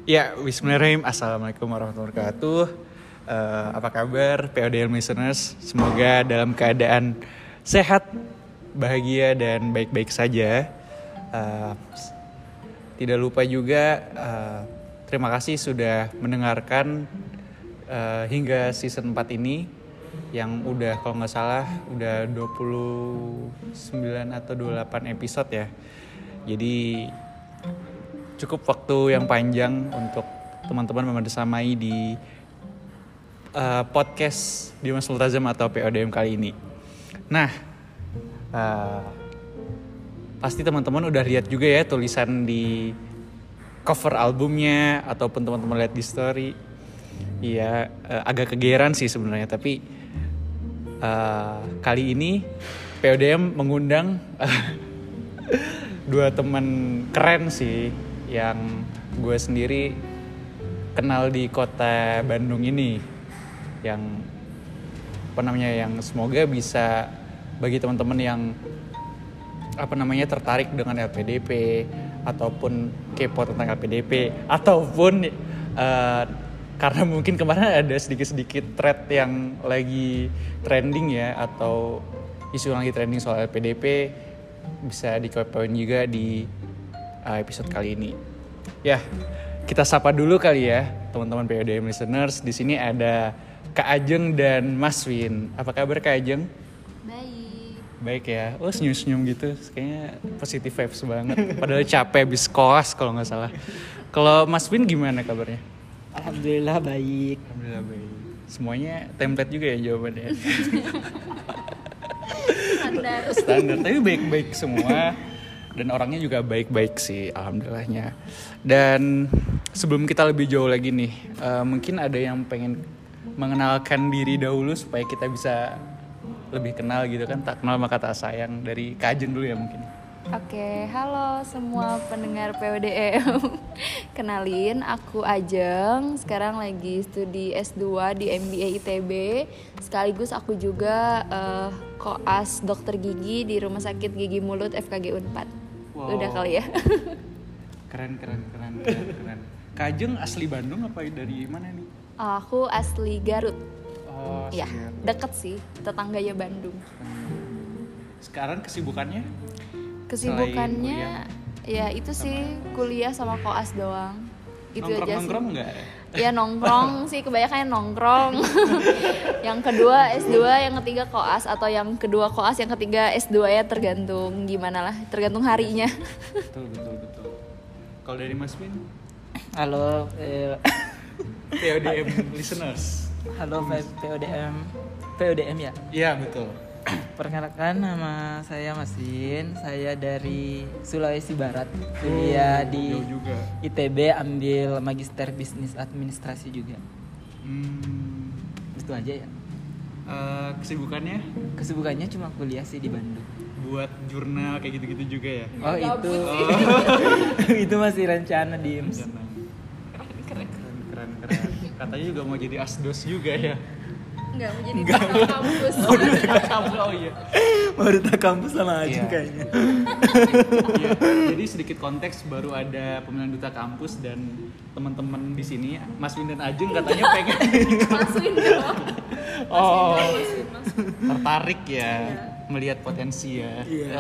Ya, bismillahirrahmanirrahim. Assalamualaikum warahmatullahi wabarakatuh. Apa kabar PODM listeners? Semoga dalam keadaan sehat, bahagia, dan baik-baik saja. Tidak lupa juga terima kasih sudah mendengarkan hingga season 4 ini yang udah kalau nggak salah udah 29 atau 28 episode ya. Jadi cukup waktu yang panjang untuk teman-teman membersamai di podcast Dimas Multazam atau PODM kali ini. Nah, pasti teman-teman udah lihat juga ya tulisan di cover albumnya ataupun teman-teman lihat di story. Iya, agak kegeeran sih sebenarnya, tapi kali ini PODM mengundang dua teman keren sih yang gue sendiri kenal di kota Bandung ini, yang yang semoga bisa bagi teman-teman yang tertarik dengan LPDP ataupun kepo tentang LPDP ataupun karena mungkin kemarin ada sedikit-sedikit thread yang lagi trending ya, atau isu yang lagi trending soal LPDP, bisa dikepoin juga di episode kali ini. Ya, kita sapa dulu kali ya teman-teman PODM listeners. Di sini ada Kak Ajeng dan Mas Win. Apa kabar Kak Ajeng? Baik ya. Oh, senyum-senyum gitu. Kayaknya positive vibes banget. Padahal capek habis koas kalau nggak salah. Kalau Mas Win gimana kabarnya? Alhamdulillah baik. Alhamdulillah baik. Semuanya template juga ya jawabannya. Standar. Tapi baik-baik semua. Dan orangnya juga baik-baik sih, alhamdulillahnya. Dan sebelum kita lebih jauh lagi nih, mungkin ada yang pengen mengenalkan diri dahulu supaya kita bisa lebih kenal gitu kan, tak kenal maka tak sayang. Dari Kak Ajeng dulu ya mungkin. Oke, halo semua pendengar PODM. Kenalin, aku Ajeng. Sekarang lagi studi S2 di MBA ITB. Sekaligus aku juga koas dokter gigi di Rumah Sakit Gigi Mulut FKG Unpad. Wow. Udah kali ya. Keren. Kak Ajeng asli Bandung apa dari mana nih? Aku asli Garut. Oh, ya, deket sih, tetangganya Bandung. Sekarang kesibukannya ya itu sih kuliah sama koas doang. Itu aja sih. Nongkrong enggak? Ya nongkrong sih, kebanyakan nongkrong. Yang kedua S2, yang ketiga koas, atau yang kedua koas, yang ketiga S2 ya, tergantung gimana lah, tergantung harinya. Betul. Kalau dari Mas Win? Halo PODM listeners. Halo PODM ya? Iya, betul. Perkenalkan, nama saya Mas Win. Saya dari Sulawesi Barat. Kuliah di ITB, ambil Magister Bisnis Administrasi juga. Itu aja ya. Kesibukannya cuma kuliah sih di Bandung. Buat jurnal kayak gitu-gitu juga ya? Oh itu. Itu masih rencana di IMS. Keren. Katanya juga mau jadi asdos juga ya? Enggak, mau jadi duta kampus. Oh iya. Mau duta kampus sama Ajeng kayaknya. Iya. Jadi sedikit konteks, baru ada pemilihan duta kampus dan teman-teman di sini Mas Win dan Ajeng katanya pengen Mas Win dong. Oh, tertarik ya, melihat potensi ya. Iya.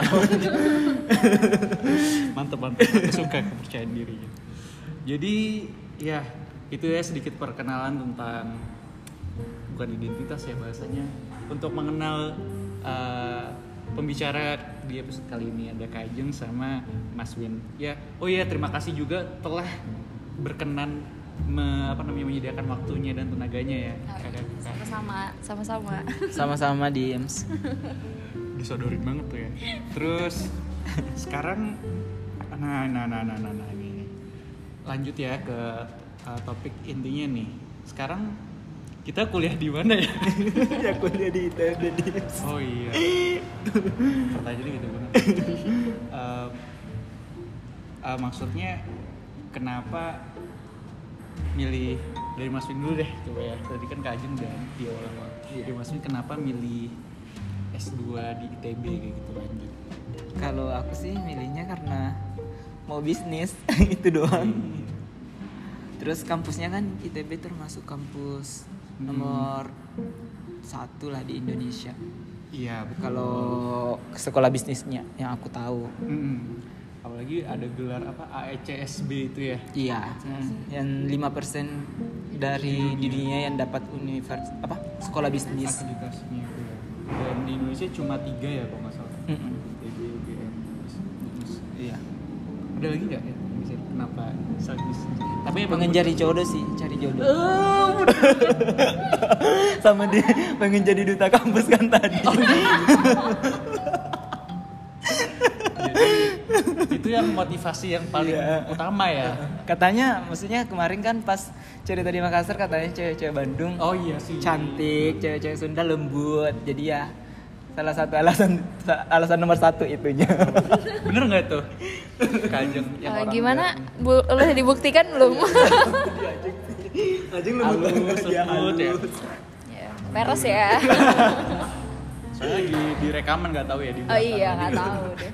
Mantap. Aku suka kepercayaan diri. Jadi ya itu ya sedikit perkenalan tentang, bukan identitas ya bahasanya, untuk mengenal pembicara di episode kali ini. Ada Kak Ajeng sama Mas Win. Ya, oh iya, terima kasih juga telah berkenan menyediakan waktunya dan tenaganya ya. Sama-sama di IMS. Disodorin banget tuh ya. Terus sekarang ini lanjut ya ke topik intinya nih. Sekarang kita kuliah di mana ya? Ya kuliah di ITB di IMS. Oh iya. Pertanyaannya gitu benar. Maksudnya kenapa milih, dari Mas Win dulu deh coba ya. Tadi kan Kak Ajeng udah di awal-awal. Dari Mas Win kenapa milih S2 di ITB kayak gitu lanjut? Kalau aku sih milihnya karena mau bisnis itu doang. Terus kampusnya kan ITB termasuk kampus nomor 1 lah di Indonesia. Iya, betul. Kalau sekolah bisnisnya yang aku tahu. Apalagi ada gelar apa AECSB itu ya. Iya, yang 5% dari di dunia yang dapat sekolah bisnis. Akreditasinya itu ya. Dan di Indonesia cuma 3 ya kalau nggak salah. ITB, UGM, bisnis. Iya. Ada lagi nggak ya? Kenapa bisnis? Tapi pengen cari jodoh sih, cari jodoh. Sama dia pengen jadi duta kampus kan tadi. Jadi, itu yang motivasi yang paling utama ya. Katanya, maksudnya kemarin kan pas cerita di Makassar katanya cewek-cewek Bandung. Oh iya sih. Cantik, cewek-cewek Sunda lembut. Jadi ya salah satu alasan nomor 1 itunya. Bener nggak tuh? Kajeng. Gimana? Udah dibuktikan belum? Ajeng lembut ya. Ya, peres ya. Soalnya di rekaman nggak tahu ya di Oh iya, nggak tahu deh.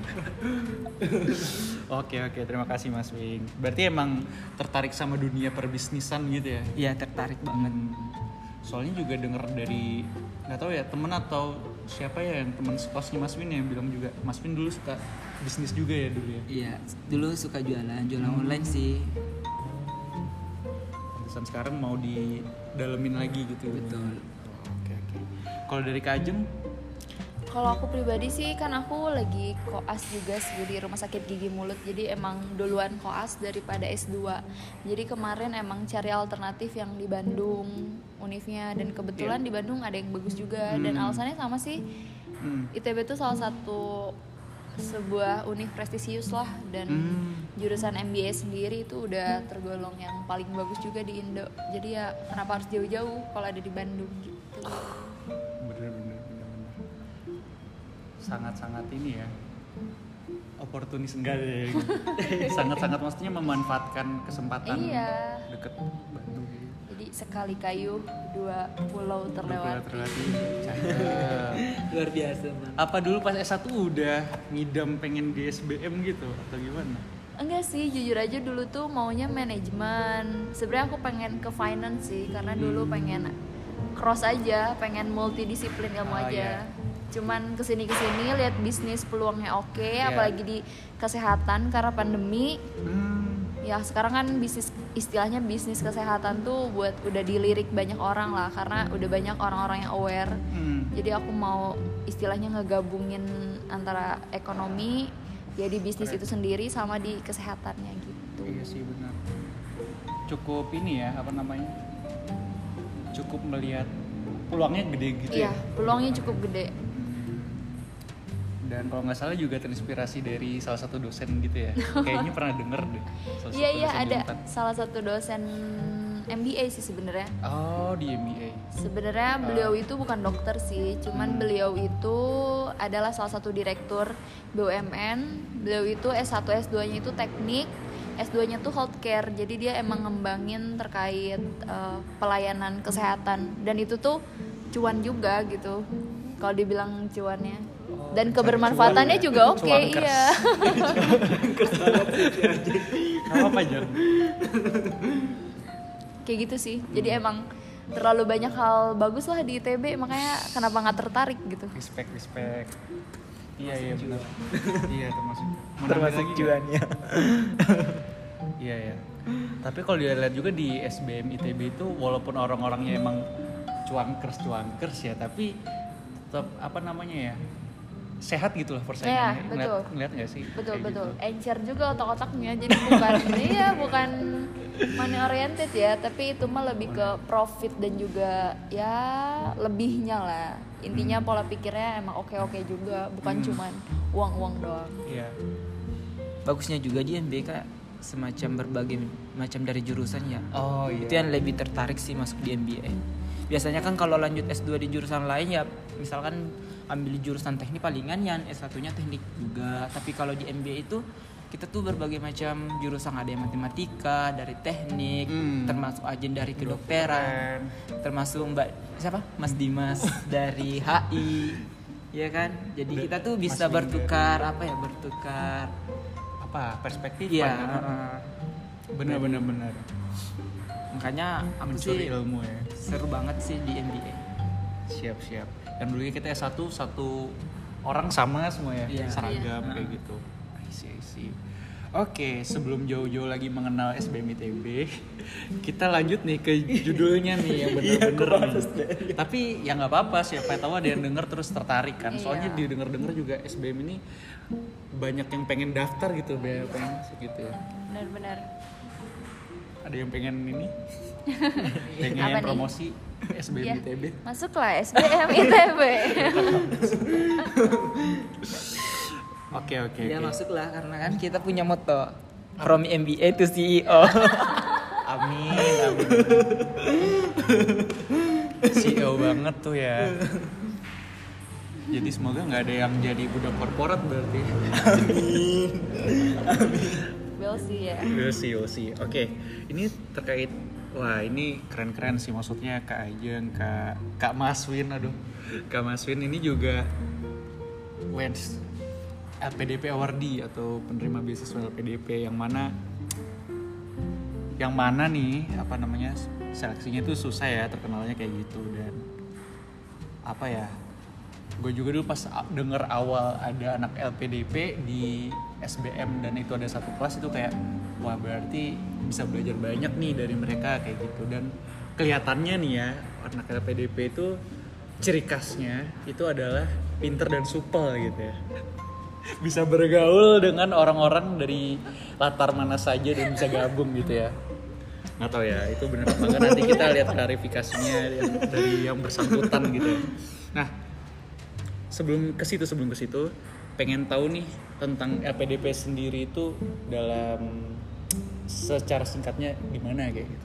Oke, terima kasih Mas Wing. Berarti emang tertarik sama dunia perbisnisan gitu ya? Iya, tertarik banget. Soalnya juga denger dari nggak tahu ya temen atau siapa ya yang teman sekosnya Mas Win yang bilang juga Mas Win dulu suka bisnis juga ya dulu ya? Iya, dulu suka jualan online sih. Pantesan sekarang mau didalemin lagi gitu. Betul. Oke. Kalau dari Kajeng? Kalau aku pribadi sih kan aku lagi koas juga sih di Rumah Sakit Gigi Mulut. Jadi emang duluan koas daripada S2. Jadi kemarin emang cari alternatif yang di Bandung univnya, dan kebetulan di Bandung ada yang bagus juga. Dan alasannya sama sih, ITB itu salah satu sebuah univ prestisius lah, dan jurusan MBA sendiri itu udah tergolong yang paling bagus juga di Indo. Jadi ya kenapa harus jauh-jauh kalau ada di Bandung gitu. Bener. Sangat-sangat ini ya, oportunis enggak deh. Sangat-sangat maksudnya memanfaatkan kesempatan deket Bandung. Jadi sekali kayu 2 pulau terlewati. Luar biasa, man. Apa dulu pas S1 udah ngidam pengen di SBM gitu atau gimana? Enggak sih, jujur aja dulu tuh maunya manajemen. Sebenarnya aku pengen ke finance sih, karena dulu pengen cross aja, pengen multidisiplin ilmu aja. Cuman kesini lihat bisnis peluangnya oke, apalagi di kesehatan karena pandemi. Ya sekarang kan istilahnya bisnis kesehatan tuh udah dilirik banyak orang lah, karena udah banyak orang-orang yang aware. Jadi aku mau istilahnya ngegabungin antara ekonomi ya di bisnis itu sendiri sama di kesehatannya gitu. Iya sih benar. Cukup ini ya, apa namanya? Cukup melihat peluangnya gede gitu ya. Iya, peluangnya cukup gede. Dan kalau nggak salah juga terinspirasi dari salah satu dosen gitu ya. Kayaknya pernah denger deh. Iya ada salah satu dosen MBA sih sebenarnya. Oh, di MBA. Sebenarnya beliau itu bukan dokter sih, cuman beliau itu adalah salah satu direktur BUMN. Beliau itu S1 S2-nya itu teknik, S2-nya tuh healthcare. Jadi dia emang ngembangin terkait pelayanan kesehatan, dan itu tuh cuan juga gitu. Kalau dibilang cuannya. Dan kebermanfaatannya juga oke, iya. Apa aja? Kayak gitu sih. Jadi emang terlalu banyak hal bagus lah di ITB, makanya kenapa nggak tertarik gitu. Respect. Iya benar. Iya termasuk cuannya. Iya. Tapi kalau dilihat juga di SBM ITB itu walaupun orang-orangnya emang cuankers ya, tapi tetap apa namanya ya, sehat gitu lah persaingannya. Betul. Ngeliat nggak sih? Betul. Gitu. Encer juga otak-otaknya, jadi bukan money oriented ya, tapi itu mah lebih ke profit dan juga ya lebihnya lah. Intinya pola pikirnya emang oke juga, bukan cuman uang doang. Iya. Bagusnya juga di MBK semacam berbagai macam dari jurusan ya. Oh iya. Itu yang lebih tertarik sih masuk di MBA. Biasanya kan kalau lanjut S2 di jurusan lain ya misalkan ambil jurusan teknik palingan yang S1-nya teknik juga. Tapi kalau di MBA itu kita tuh berbagai macam jurusan, ada yang matematika, dari teknik, termasuk ajen dari kedokteran, termasuk Mas Dimas dari HI. Ya kan? Jadi kita tuh bisa bertukar perspektif ya. Benar. Makanya aku mencuri sih ilmu ya. seru banget sih di MBA. Siap. Dan dulu kita satu orang sama semua ya, Iya. seragam Iya. kayak gitu. I see. Oke, sebelum jauh-jauh lagi mengenal SBM ITB, kita lanjut nih ke judulnya nih yang bener-bener nih. Tapi ya nggak apa-apa, siapa tahu ada yang denger terus tertarik kan. Soalnya Iya. didengar-dengar juga SBM ini banyak yang pengen daftar gitu, banyak yang pengen masuk gitu ya. Benar-benar. Ada yang pengen ini, pengen Apa nih? promosi SBM Ya, ITB. masuklah SBM ITB. Oke. Ya masuklah karena kan kita punya moto from MBA to CEO. Amin. CEO banget tuh ya. Jadi semoga nggak ada yang jadi budak korporat berarti. We'll see ya. We'll see. Oke, ini terkait, wah ini keren-keren sih, maksudnya Kak Ajeng, Kak Maswin, Kak Maswin ini juga WENS LPDP awardee atau penerima beasiswa LPDP yang mana nih apa namanya seleksinya tuh susah ya, terkenalnya kayak gitu. Dan apa ya, gue juga dulu pas denger awal ada anak LPDP di SBM dan itu ada satu kelas, itu kayak wah berarti bisa belajar banyak nih dari mereka kayak gitu. Dan kelihatannya nih ya, anak LPDP itu ciri khasnya itu adalah pinter dan supel gitu ya. Bisa bergaul dengan orang-orang dari latar mana saja dan bisa gabung gitu ya. Nggak tahu ya, itu benar apa enggak, nanti kita lihat klarifikasinya dari yang bersangkutan gitu ya. Nah, sebelum ke situ pengen tahu nih tentang LPDP sendiri itu dalam secara singkatnya gimana kayak gitu.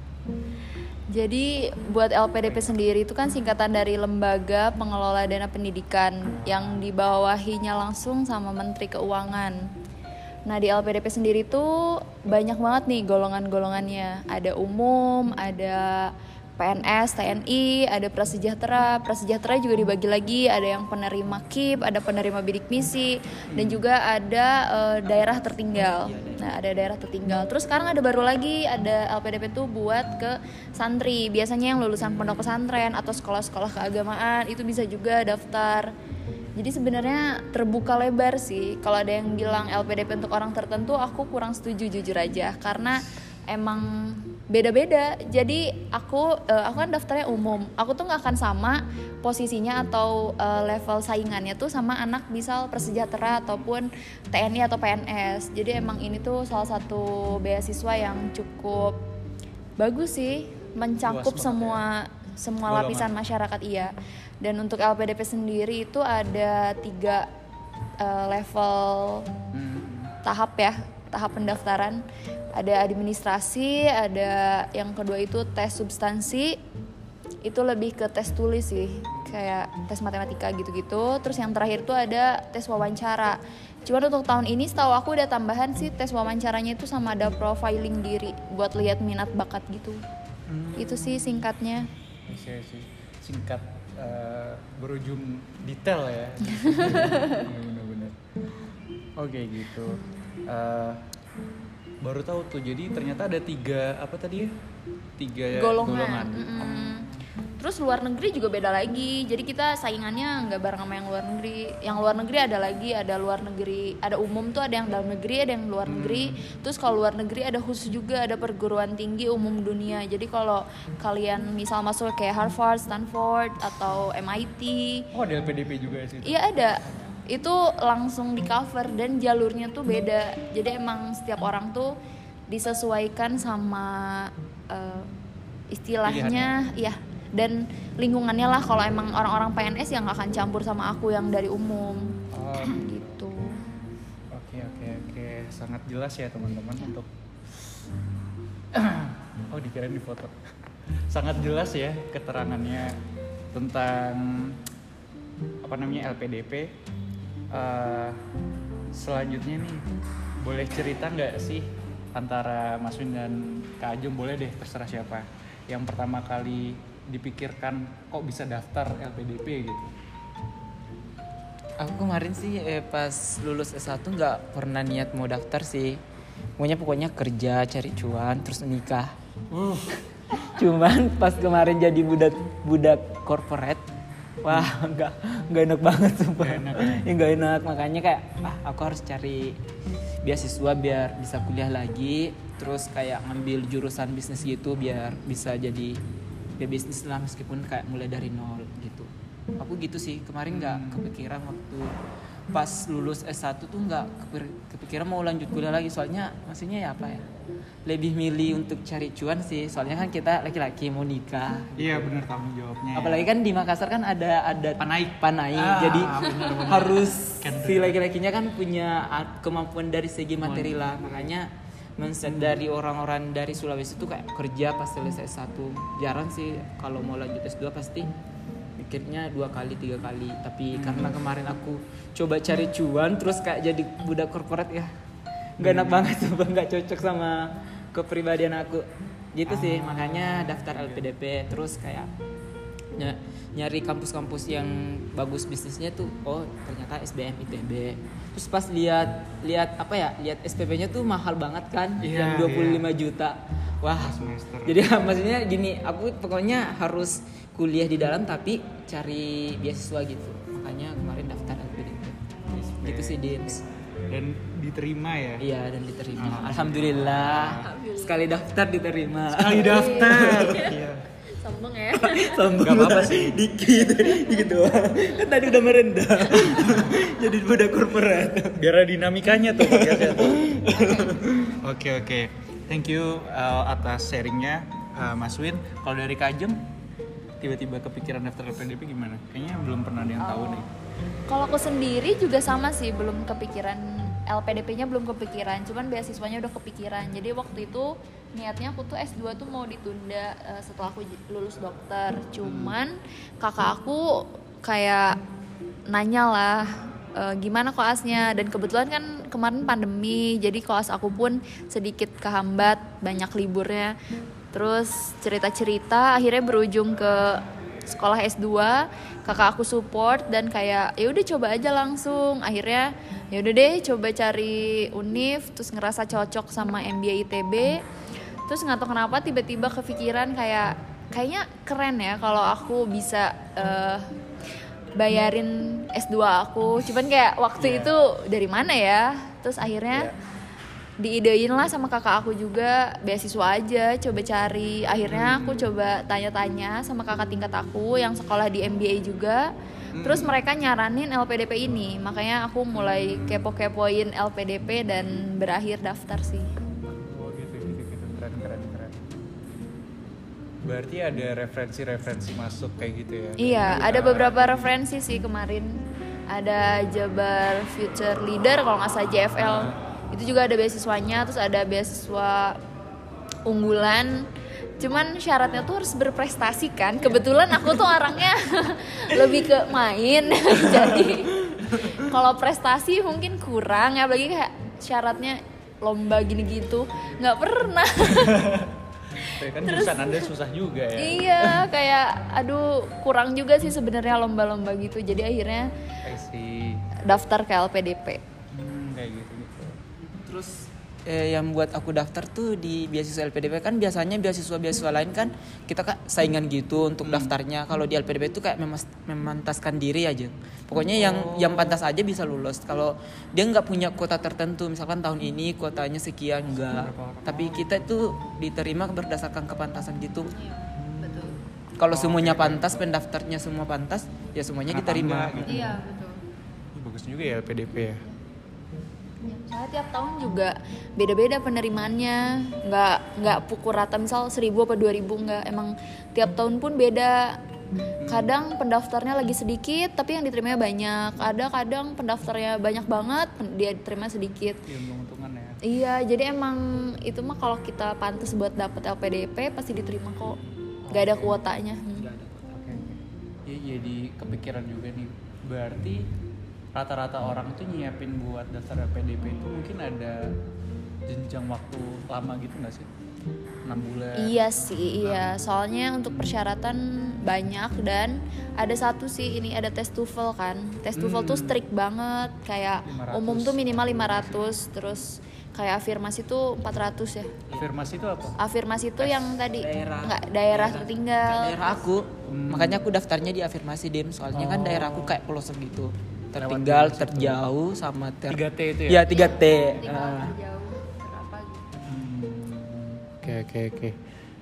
Jadi buat LPDP sendiri itu kan singkatan dari Lembaga Pengelola Dana Pendidikan yang dibawahinya langsung sama Menteri Keuangan. Nah di LPDP sendiri tuh banyak banget nih golongan-golongannya. Ada umum, ada PNS, TNI, ada prasejahtera. Prasejahtera juga dibagi lagi, ada yang penerima KIP, ada penerima bidik misi, dan juga ada daerah tertinggal. Nah, ada daerah tertinggal. Terus sekarang ada baru lagi, ada LPDP tuh buat ke santri. Biasanya yang lulusan pondok pesantren atau sekolah-sekolah keagamaan itu bisa juga daftar. Jadi sebenarnya terbuka lebar sih. Kalau ada yang bilang LPDP untuk orang tertentu, aku kurang setuju jujur aja, karena emang beda-beda. Jadi aku kan daftarnya umum. Aku tuh nggak akan sama posisinya atau level saingannya tuh sama anak misal prasejahtera ataupun TNI atau PNS. Jadi emang ini tuh salah satu beasiswa yang cukup bagus sih, mencakup semua lapisan masyarakat, iya. Dan untuk LPDP sendiri itu ada 3 level tahap pendaftaran. Ada administrasi, ada yang kedua itu tes substansi, itu lebih ke tes tulis sih, kayak tes matematika gitu-gitu. Terus yang terakhir tuh ada tes wawancara. Cuman untuk tahun ini setahu aku udah tambahan sih tes wawancaranya itu sama ada profiling diri buat lihat minat bakat gitu. Itu sih singkatnya. Bisa sih, singkat berujung detail ya. Bener-bener. Oke gitu. Baru tahu tuh, jadi ternyata ada 3 apa tadi ya? 3 golongan. Terus luar negeri juga beda lagi. Jadi kita saingannya nggak bareng sama yang luar negeri. Yang luar negeri ada lagi, ada luar negeri, ada umum tuh, ada yang dalam negeri, ada yang luar negeri. Terus kalau luar negeri ada khusus juga, ada perguruan tinggi umum dunia. Jadi kalau kalian misal masuk kayak Harvard, Stanford atau MIT. Oh, ada LPDP juga sih. Iya ada. Itu langsung di cover dan jalurnya tuh beda. Jadi emang setiap orang tuh disesuaikan sama istilahnya, ya. Dan lingkungannya lah. Kalau emang orang-orang PNS yang nggak akan campur sama aku yang dari umum. Gitu. Oke, sangat jelas ya teman-teman untuk. Oh, dikirain di foto. Sangat jelas ya keterangannya tentang apa namanya LPDP. Selanjutnya nih, boleh cerita nggak sih antara Mas Win dan Kak Ajeng, boleh deh, terserah siapa, yang pertama kali dipikirkan kok bisa daftar LPDP gitu? Aku kemarin sih pas lulus S1 nggak pernah niat mau daftar sih. pokoknya kerja cari cuan terus nikah. Cuman pas kemarin jadi budak corporate, wah nggak enak banget sumpah. Nggak enak, makanya kayak aku harus cari beasiswa biar bisa kuliah lagi, terus kayak ngambil jurusan bisnis gitu biar bisa jadi ya bisnis lah meskipun kayak mulai dari nol gitu. Aku gitu sih, kemarin nggak kepikiran waktu pas lulus S1 tuh nggak kepikiran mau lanjut kuliah lagi, soalnya maksudnya ya apa ya, lebih milih untuk cari cuan sih, soalnya kan kita laki-laki mau nikah. Iya benar tanggung jawabnya. Apalagi kan di Makassar kan ada panai, jadi bener. harus si laki-lakinya kan punya kemampuan dari segi materi lah, makanya dari orang-orang dari Sulawesi itu kayak kerja pas selesai S1. Jarang sih kalau mau lanjut S2 pasti mikirnya 2 kali 3 kali, tapi karena kemarin aku coba cari cuan terus kayak jadi budak korporat ya nggak enak banget tuh, nggak cocok sama kepribadian aku gitu sih. Makanya daftar LPDP terus kayak nyari kampus-kampus yang bagus bisnisnya tuh, oh ternyata SBM ITB. Terus pas lihat SPP-nya tuh mahal banget kan, yang 25 juta. Wah, semester. Jadi maksudnya gini, aku pokoknya harus kuliah di dalam tapi cari beasiswa gitu. Makanya kemarin daftar LPDP. Gitu sih, Dims. Dan diterima ya? Iya, dan diterima. Alhamdulillah. Sekali daftar diterima. Sekali daftar. Iya. Sombong ya. Sombong. Gak apa-apa sih. Dikit doang. Kan tadi udah merendah. Jadi budak korporat. Biar ada dinamikanya tuh podcastnya tuh. Oke. Thank you atas sharingnya Mas Win. Kalau dari Kajeng tiba-tiba kepikiran daftar LPDP gimana? Kayaknya belum pernah ada yang tahu nih. Kalau aku sendiri juga sama sih, belum kepikiran, LPDP-nya belum kepikiran, cuman beasiswanya udah kepikiran. Jadi waktu itu niatnya aku tuh S2 tuh mau ditunda setelah aku lulus dokter. Cuman kakak aku kayak nanya lah gimana koasnya, dan kebetulan kan kemarin pandemi, jadi koas aku pun sedikit kehambat, banyak liburnya. Terus cerita-cerita akhirnya berujung ke sekolah S2. Kakak aku support dan kayak ya udah coba aja langsung. Akhirnya ya udah deh coba cari univ, terus ngerasa cocok sama MBA ITB. Terus nggak tahu kenapa tiba-tiba kepikiran kayaknya keren ya kalau aku bisa bayarin S2 aku. Cuman kayak waktu itu dari mana ya? Terus akhirnya diidein lah sama kakak aku juga, beasiswa aja coba cari. Akhirnya aku coba tanya-tanya sama kakak tingkat aku yang sekolah di MBA juga. Terus mereka nyaranin LPDP ini, makanya aku mulai kepo-kepoin LPDP dan berakhir daftar sih. Oh gitu. Keren. Berarti ada referensi masuk kayak gitu ya? Iya, ada beberapa referensi sih kemarin. Ada Jabar Future Leader kalau nggak salah, JFL. Itu juga ada beasiswanya, terus ada beasiswa unggulan. Cuman syaratnya tuh harus berprestasi kan. Kebetulan aku tuh orangnya lebih ke main. Jadi kalau prestasi mungkin kurang, apalagi kayak syaratnya lomba gini gitu nggak pernah. Kan jurusan Anda susah juga ya. Iya, kayak aduh kurang juga sih sebenarnya lomba-lomba gitu. Jadi akhirnya daftar ke LPDP. Kayak gitu. Terus yang buat aku daftar tuh di beasiswa LPDP kan biasanya beasiswa lain kan kita saingan gitu untuk daftarnya. Kalau di LPDP itu kayak memantaskan diri aja. Pokoknya yang pantas aja bisa lulus. Kalau dia nggak punya kuota tertentu, misalkan tahun ini kuotanya sekian enggak. Tapi kita itu diterima berdasarkan kepantasan gitu. Betul. Kalau semuanya pantas, pendaftarnya semua pantas, ya semuanya diterima. Gitu. Iya, betul. Bagus juga ya LPDP ya. Soalnya tiap tahun juga beda-beda penerimaannya, nggak pukul rata, misal 1.000 apa 2.000, nggak, emang tiap tahun pun beda. Kadang pendaftarnya lagi sedikit tapi yang diterimanya banyak, kadang pendaftarnya banyak banget dia diterima sedikit. Untung-untungan ya. Iya, jadi emang itu mah kalau kita pantas buat dapet LPDP pasti diterima kok, nggak ada kuotanya. Iya, jadi kepikiran juga nih, berarti rata-rata orang tuh nyiapin buat daftar LPDP itu mungkin ada jenjang waktu lama gitu nggak sih? 6 bulan. Iya sih, iya. Soalnya untuk persyaratan banyak dan ada satu sih ini ada tes TOEFL kan. Tes TOEFL tuh strict banget, kayak 500. umum tuh minimal 500, terus kayak afirmasi tuh 400 ya. Afirmasi itu apa? Afirmasi tuh yang tadi daerah. enggak daerah tertinggal. Daerah aku, makanya aku daftarnya di afirmasi Dim, soalnya kan daerah aku kayak pelosok gitu. Tertinggal, terjauh sama 3T itu ya? Iya, 3T. Tinggal jauh berapa gitu. Oke.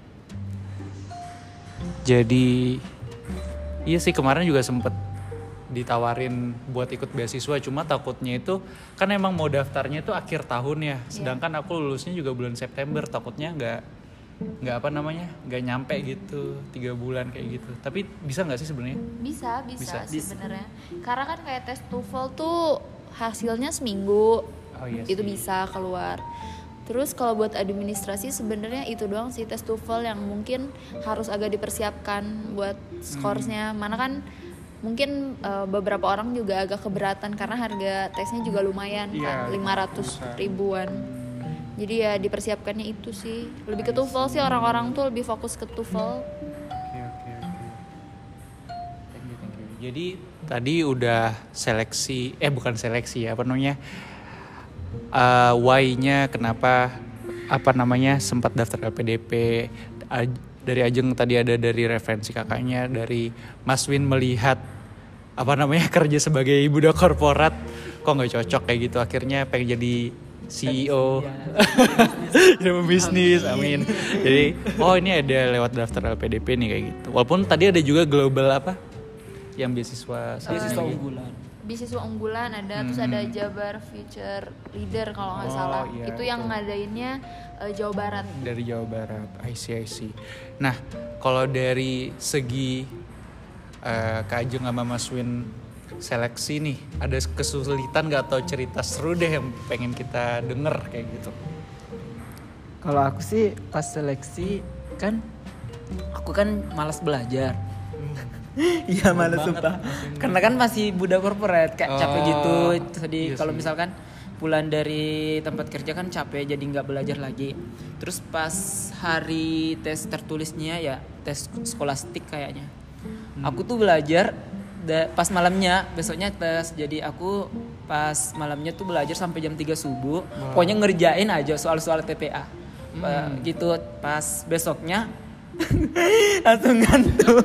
Jadi iya sih kemarin juga sempet ditawarin buat ikut beasiswa, cuma takutnya itu kan emang mau daftarnya itu akhir tahun ya, sedangkan aku lulusnya juga bulan September, takutnya nggak apa namanya nggak nyampe gitu 3 bulan kayak gitu. Tapi bisa nggak sih sebenarnya? Bisa Bisa. sebenarnya. Karena kan kayak tes TOEFL tuh hasilnya seminggu. Oh iya Itu sih. bisa keluar. Terus kalau buat administrasi sebenarnya itu doang sih tes TOEFL yang mungkin harus agak dipersiapkan buat skorsnya. Mana kan mungkin beberapa orang juga agak keberatan karena harga tesnya juga lumayan Iya, kan 500 ribuan. Jadi ya dipersiapkannya itu sih. Lebih ke TOEFL sih, orang-orang tuh lebih fokus ke TOEFL. Oke. Thank you. Jadi tadi udah seleksi, bukan seleksi ya, apa namanya? Why-nya kenapa sempat daftar LPDP. Dari Ajeng tadi ada dari referensi kakaknya, dari Mas Win melihat kerja sebagai budak korporat kok nggak cocok kayak gitu, akhirnya pengen jadi CEO. Jadi pembisnis, amin. Jadi ini ada lewat daftar LPDP nih kayak gitu. Walaupun tadi ada juga global yang beasiswa unggulan. Beasiswa unggulan ada, terus ada Jabar Future Leader kalau nggak salah. Iya, Itu yang ngadainnya Jawa Barat. Dari Jawa Barat. I see. Nah, kalau dari segi Kak Ajeng sama Mas Win seleksi nih, ada kesulitan gak atau cerita seru deh yang pengen kita denger kayak gitu? Kalau aku sih pas seleksi kan aku kan malas belajar. Iya malas sumpah. Karena kan masih budak korporat kayak capek gitu. Jadi iya kalau sih. misalkan pulang dari tempat kerja kan capek jadi nggak belajar lagi. Terus pas hari tes tertulisnya ya tes skolastik kayaknya. Aku tuh belajar pas malamnya, besoknya tes. Jadi aku pas malamnya tuh belajar sampai jam 3 subuh. Pokoknya ngerjain aja soal-soal TPA. Gitu pas besoknya langsung ngantuk.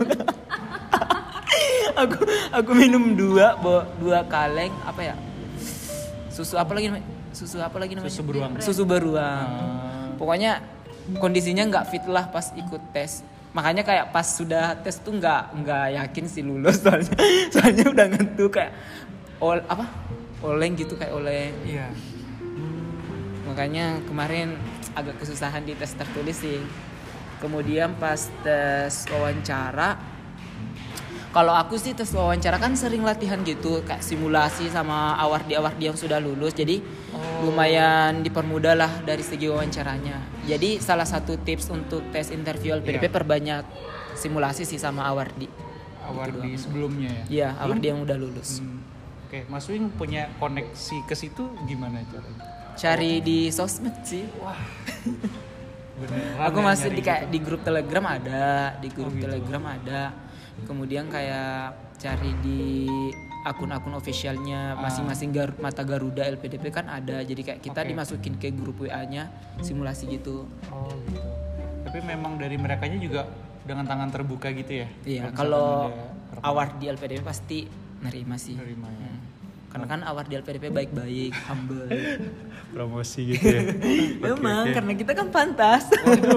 aku minum 2 kaleng susu apa lagi namanya susu beruang. Pokoknya kondisinya nggak fit lah pas ikut tes, makanya kayak pas sudah tes tuh nggak yakin sih lulus soalnya udah ngantuk kayak oleng gitu kayak oleng. Iya. Makanya kemarin agak kesusahan di tes tertulis sih. Kemudian pas tes wawancara, kalau aku sih tes wawancara kan sering latihan gitu, kayak simulasi sama awardi yang sudah lulus. Jadi lumayan dipermudah lah dari segi wawancaranya. Jadi salah satu tips untuk tes interview LPDP perbanyak simulasi sih sama awardi. Awardi sebelumnya ya? Iya, awardi yang udah lulus. Oke, Mas Wing punya koneksi ke situ gimana caranya? Cari di sosmed sih. Wah. Beneran Aku ya masih nyari di grup Telegram ada, gitu. Telegram ada. Kemudian kayak cari di akun-akun officialnya masing-masing mata Garuda LPDP kan ada. Jadi kayak kita dimasukin ke grup WA-nya simulasi gitu. Oh gitu. Tapi memang dari merekanya juga dengan tangan terbuka gitu ya? Iya, kalau award di LPDP pasti nerima sih. Nerima ya. Karena kan award di LPDP baik-baik, humble. Promosi gitu ya. Memang karena kita kan pantas.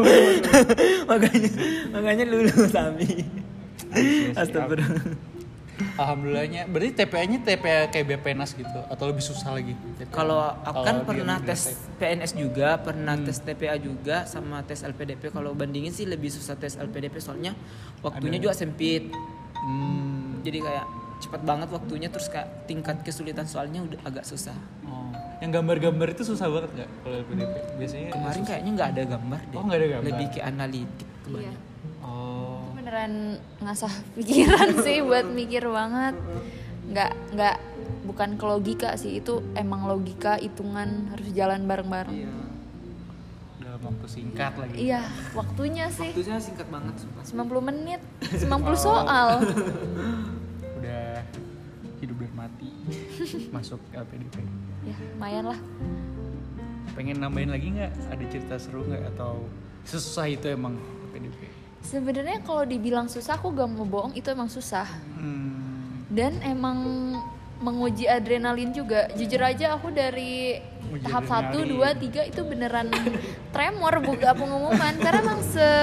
makanya lulus Ami. Astagfirullah. Alhamdulillahnya. Berarti TPA-nya TPA kayak BPNAS gitu atau lebih susah lagi? Kalau aku kan Kalau pernah dia tes PNS juga, pernah tes TPA juga sama tes LPDP. Kalau bandingin sih lebih susah tes LPDP soalnya waktunya juga sempit. Jadi kayak cepat banget waktunya, terus kayak tingkat kesulitan soalnya udah agak susah. Oh. Yang gambar-gambar itu susah banget nggak kalau LPDP? Biasanya Kemarin kayaknya nggak ada gambar deh. Oh, nggak ada gambar. Lebih ke analitik Iya. kebanyakan. Oh. Itu beneran ngasah pikiran sih buat mikir banget. Nggak bukan ke logika sih, itu emang logika hitungan harus jalan bareng-bareng. Iya. Dalam dalam waktu singkat lagi. Iya, waktunya sih Waktunya singkat banget sumpah. 90 menit, 90 soal. Udah hidup dan mati masuk LPDP. Ya, lumayan lah. Pengen nambahin lagi nggak? Ada cerita seru nggak atau susah itu emang LPDP? Sebenarnya kalau dibilang susah, aku gak mau bohong, itu emang susah. Dan emang menguji adrenalin juga. Jujur aja aku dari Uji tahap 1, adrenalin. 2, 3 itu beneran tremor buka pengumuman. Karena emang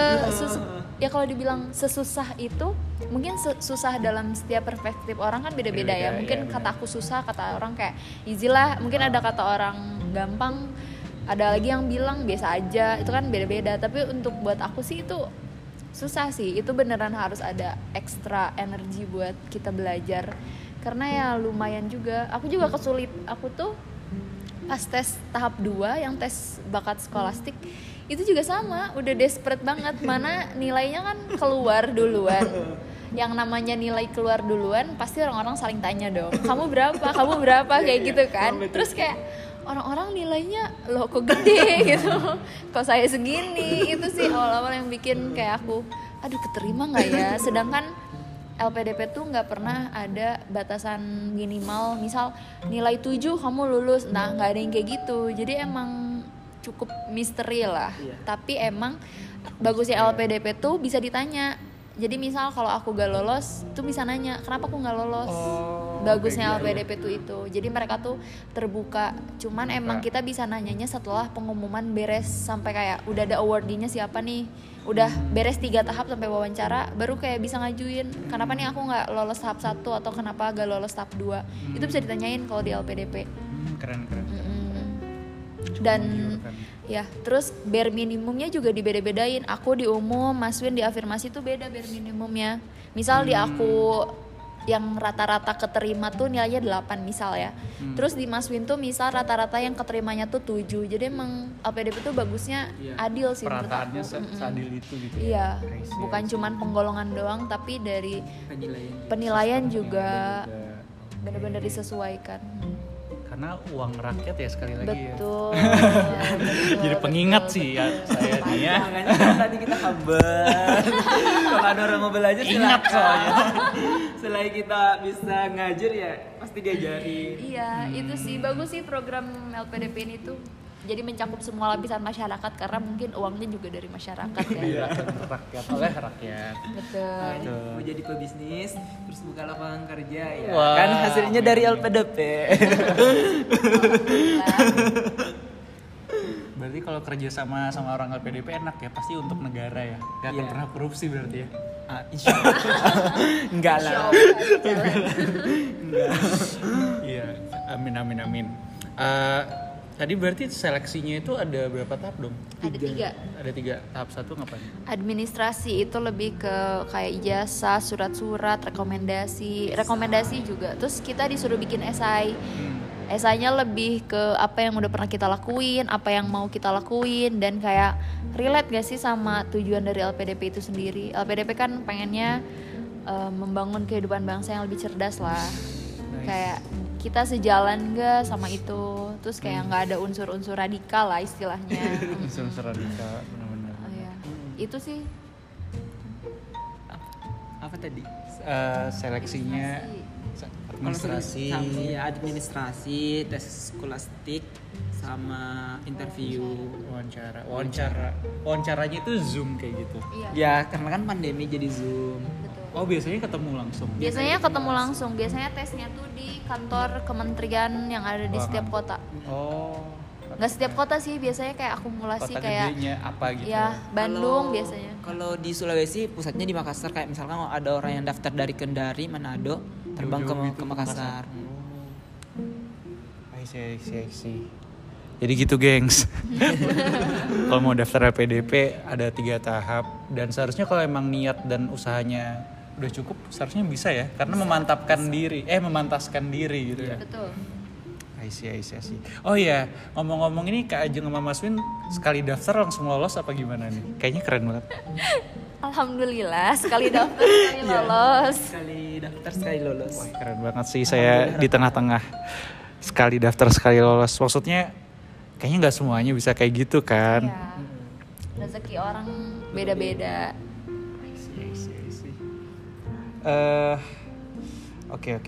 ya kalau dibilang sesusah itu, mungkin susah dalam setiap perspektif orang kan beda-beda ya. Beda-beda, Mungkin ya, kata aku susah, kata orang kayak easy lah. Mungkin ada kata orang gampang, ada lagi yang bilang biasa aja. Itu kan beda-beda. Tapi untuk buat aku sih itu susah sih. Itu beneran harus ada ekstra energi buat kita belajar. Karena ya lumayan juga. Aku juga kesulit. Aku tuh pas tes tahap 2 yang tes bakat skolastik itu juga sama, udah desperate banget. Mana nilainya kan keluar duluan. Yang namanya nilai keluar duluan pasti orang-orang saling tanya dong, kamu berapa kayak gitu kan. Terus kayak orang-orang nilainya loh kok gede gitu, kok saya segini. Itu sih awal-awal yang bikin kayak aku aduh keterima nggak ya. Sedangkan LPDP tuh nggak pernah ada batasan minimal, misal nilai 7 kamu lulus. Nah nggak ada yang kayak gitu. Jadi emang cukup misteri lah. Tapi emang bagusnya LPDP tuh bisa ditanya. Jadi misal kalau aku gak lolos tuh bisa nanya kenapa aku gak lolos. Bagusnya LPDP tuh itu. Jadi mereka tuh terbuka. Cuman emang kita bisa nanyanya setelah pengumuman beres, sampai kayak udah ada awardee-nya siapa nih, udah beres 3 tahap sampai wawancara, baru kayak bisa ngajuin kenapa nih aku gak lolos tahap 1 atau kenapa gak lolos tahap 2. Itu bisa ditanyain kalau di LPDP. Keren. Dan ya terus bare minimumnya juga dibeda-bedain. Aku di umum, Mas Win di afirmasi tuh beda bare minimumnya. Misal di aku yang rata-rata keterima tuh nilainya 8 misal ya. Terus di Mas Win tuh misal rata-rata yang keterimanya tuh 7. Jadi emang LPDP tuh bagusnya adil sih menurut Perataannya aku. seadil itu gitu. Iya, I see. bukan cuman penggolongan doang, tapi dari Penilaian. penilaian juga benar-benar disesuaikan. Karena uang rakyat ya sekali lagi ya. Betul. Jadi pengingat sih ya saya nih ya. Makanya kan tadi kita kabar. Kalau ada orang mau belajar Ingat soalnya. Selain kita bisa ngajar ya pasti diajarin. Iya, itu sih bagus sih program LPDP ini tuh. Jadi mencakup semua lapisan masyarakat karena mungkin uangnya juga dari masyarakat ya. Rakyat oleh rakyat. Betul. Mau jadi pebisnis terus buka lapangan kerja ya. Wah, Kan hasilnya dari LPDP. Berarti kalau kerja sama orang LPDP enak ya, pasti untuk negara ya. Gak akan Iya. pernah korupsi berarti ya. Insya Allah. Enggak lah. Iya, amin. Tadi berarti seleksinya itu ada berapa tahap dong? Ada 3. Ada 3. Tahap 1 ngapain? Administrasi itu lebih ke kayak ijazah, surat-surat, rekomendasi juga. Terus kita disuruh bikin esai. Esainya lebih ke apa yang udah pernah kita lakuin, apa yang mau kita lakuin, dan kayak relate gak sih sama tujuan dari LPDP itu sendiri. LPDP kan pengennya membangun kehidupan bangsa yang lebih cerdas lah. Kayak kita sejalan gak sama itu. Terus kayak gak ada unsur-unsur radikal lah istilahnya. Unsur-unsur radikal, benar-benar. Oh, iya. Itu sih Apa tadi? Seleksinya administrasi. Ya, administrasi, tes skolastik sama interview. Wawancaranya itu Zoom kayak gitu. iya. Ya, karena kan pandemi jadi Zoom. Betul. Oh, biasanya ketemu langsung. Biasanya ketemu langsung. Biasanya tesnya tuh di kantor kementerian yang ada di setiap kota. Oh. Nggak setiap kota sih, biasanya kayak akumulasi Kota kayak gedenya apa gitu. ya Bandung biasanya. Kalau di Sulawesi pusatnya di Makassar, kayak misalkan ada orang yang daftar dari Kendari, Manado, terbang Jauh-jauh ke gitu, Makassar. I see. Jadi gitu, gengs. Kalau mau daftar LPDP ada 3 tahap, dan seharusnya kalau emang niat dan usahanya udah cukup, seharusnya bisa ya, karena memantaskan diri gitu ya. Betul. I see. Oh iya, ngomong-ngomong ini Kak Ajeng sama Mas Win sekali daftar langsung lolos apa gimana nih? Kayaknya keren banget. Alhamdulillah sekali daftar sekali lolos. Sekali daftar sekali lolos. Wah, keren banget sih saya di tengah-tengah. Sekali daftar sekali lolos. Maksudnya kayaknya nggak semuanya bisa kayak gitu kan? Ya. rezeki orang beda-beda. I see. Oke.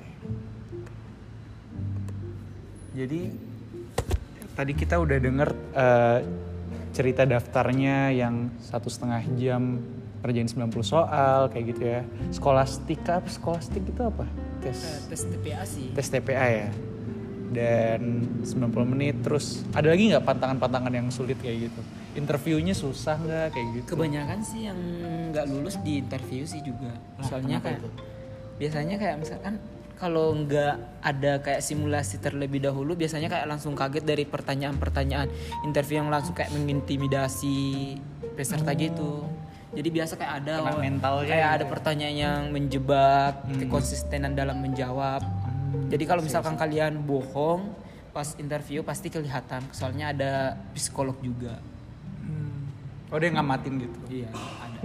Jadi tadi kita udah denger cerita daftarnya yang 1,5 jam kerjain 90 soal kayak gitu ya. Skolastik itu apa? Tes TPA sih. Tes TPA ya. Dan 90 menit, terus ada lagi nggak pantangan-pantangan yang sulit kayak gitu? Interviewnya susah nggak kayak gitu? Kebanyakan sih yang nggak lulus di interview sih juga. Soalnya kayak biasanya kayak misalkan kalau nggak ada kayak simulasi terlebih dahulu, biasanya kayak langsung kaget dari pertanyaan-pertanyaan interview yang langsung kayak mengintimidasi peserta gitu. Jadi biasa kayak ada kayak ada pertanyaan yang menjebak kekonsistenan dalam menjawab. Jadi kalau misalkan kalian bohong pas interview pasti kelihatan, soalnya ada psikolog juga. Oh, dia ngamatin gitu. Iya, ada.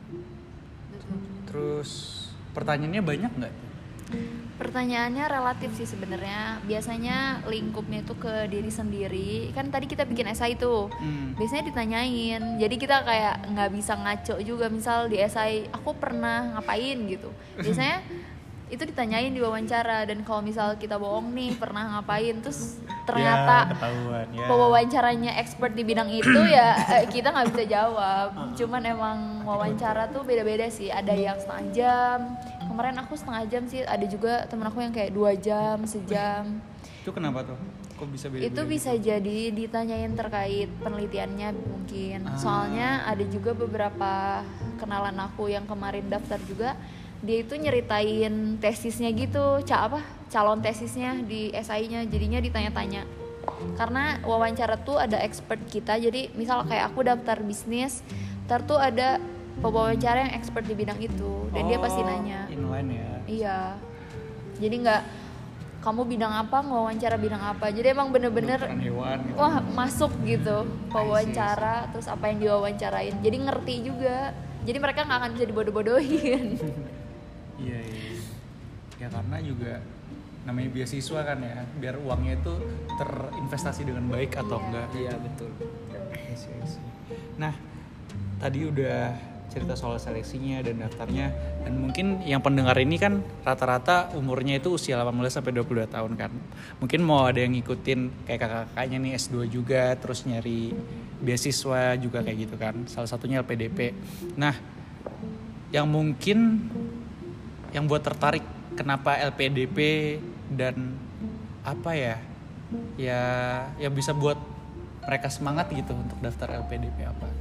Terus pertanyaannya banyak nggak? Pertanyaannya relatif sih sebenarnya. Biasanya lingkupnya itu ke diri sendiri. Kan tadi kita bikin esai tuh. Biasanya ditanyain. Jadi kita kayak nggak bisa ngaco juga. Misal di esai aku pernah ngapain gitu. Biasanya itu ditanyain di wawancara. Dan kalau misal kita bohong nih pernah ngapain, terus ternyata pewawancaranya expert di bidang itu ya kita nggak bisa jawab. Cuman emang wawancara tuh beda-beda sih. Ada yang setengah jam. Kemarin aku setengah jam sih. Ada juga temen aku yang kayak 2 jam, sejam. Itu kenapa tuh? Kok bisa beda-beda? Itu bisa jadi ditanyain terkait penelitiannya mungkin. Soalnya ada juga beberapa kenalan aku yang kemarin daftar juga. Dia itu nyeritain tesisnya gitu, calon tesisnya di SI-nya, jadinya ditanya-tanya. Karena wawancara tuh ada expert kita, jadi misal kayak aku daftar bisnis, ntar tuh ada pewawancara yang expert di bidang itu, dan dia pasti nanya. Inline ya? Iya, jadi nggak kamu bidang apa, wawancara bidang apa, jadi emang bener-bener hewan, gitu. Wah masuk gitu pewawancara, terus apa yang diwawancarain, jadi ngerti juga, jadi mereka nggak akan bisa dibodoh-bodohin. Iya. Ya karena juga namanya beasiswa kan ya, biar uangnya itu terinvestasi dengan baik atau enggak. Iya betul. Nah, tadi udah cerita soal seleksinya dan daftarnya, dan mungkin yang pendengar ini kan rata-rata umurnya itu usia 18 sampai 22 tahun kan. Mungkin mau ada yang ngikutin kayak kakak-kakaknya nih S2 juga, terus nyari beasiswa juga kayak gitu kan. Salah satunya LPDP. Nah, yang mungkin yang buat tertarik kenapa LPDP dan apa ya bisa buat mereka semangat gitu untuk daftar LPDP apa?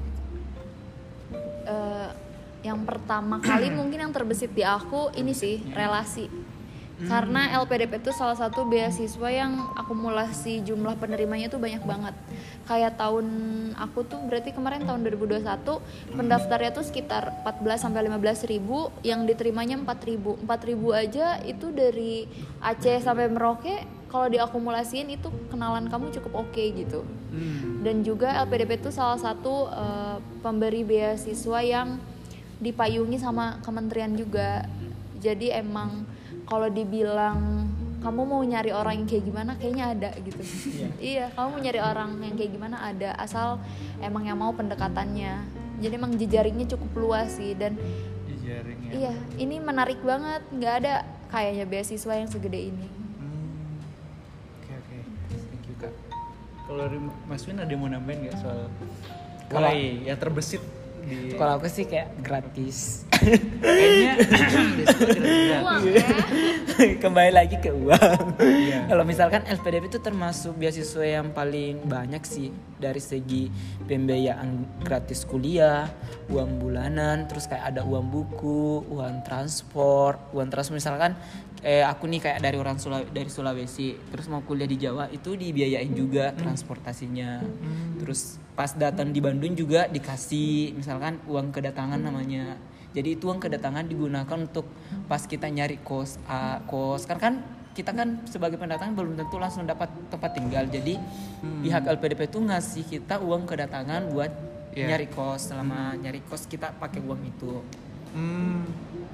Yang pertama kali mungkin yang terbesit di aku ini sih relasi. Karena LPDP itu salah satu beasiswa yang akumulasi jumlah penerimanya tuh banyak banget. Kayak tahun aku tuh berarti kemarin tahun 2021 pendaftarnya tuh sekitar 14 sampai 15 ribu, yang diterimanya 4 ribu aja itu dari Aceh sampai Merauke. Kalau diakumulasiin itu kenalan kamu cukup oke gitu. Dan juga LPDP itu salah satu pemberi beasiswa yang dipayungi sama kementerian juga. Jadi emang kalau dibilang kamu mau nyari orang yang kayak gimana, kayaknya ada gitu. Iya, kamu mau nyari orang yang kayak gimana ada, asal emang yang mau pendekatannya. Jadi emang jejaringnya cukup luas sih, dan jejaringnya. Iya, ini menarik banget. Nggak ada kayaknya beasiswa yang segede ini. Oke, thank you Kak. Kalau dari Mas Win ada yang mau nambahin nggak soal Kalau yang terbesit di... Kalau aku sih kayak gratis. Kayaknya Uang ya. Kembali lagi ke uang. Iya. Kalau misalkan LPDP itu termasuk beasiswa yang paling banyak sih dari segi pembiayaan gratis kuliah, uang bulanan, terus kayak ada uang buku, uang transport misalkan aku nih kayak dari Sulawesi terus mau kuliah di Jawa, itu dibiayain juga transportasinya. Terus pas datang di Bandung juga dikasih misalkan uang kedatangan namanya. Jadi itu uang kedatangan digunakan untuk pas kita nyari kos kan kita kan sebagai pendatang belum tentu langsung dapat tempat tinggal. Jadi pihak LPDP itu ngasih kita uang kedatangan buat nyari kos. Selama nyari kos kita pakai uang itu.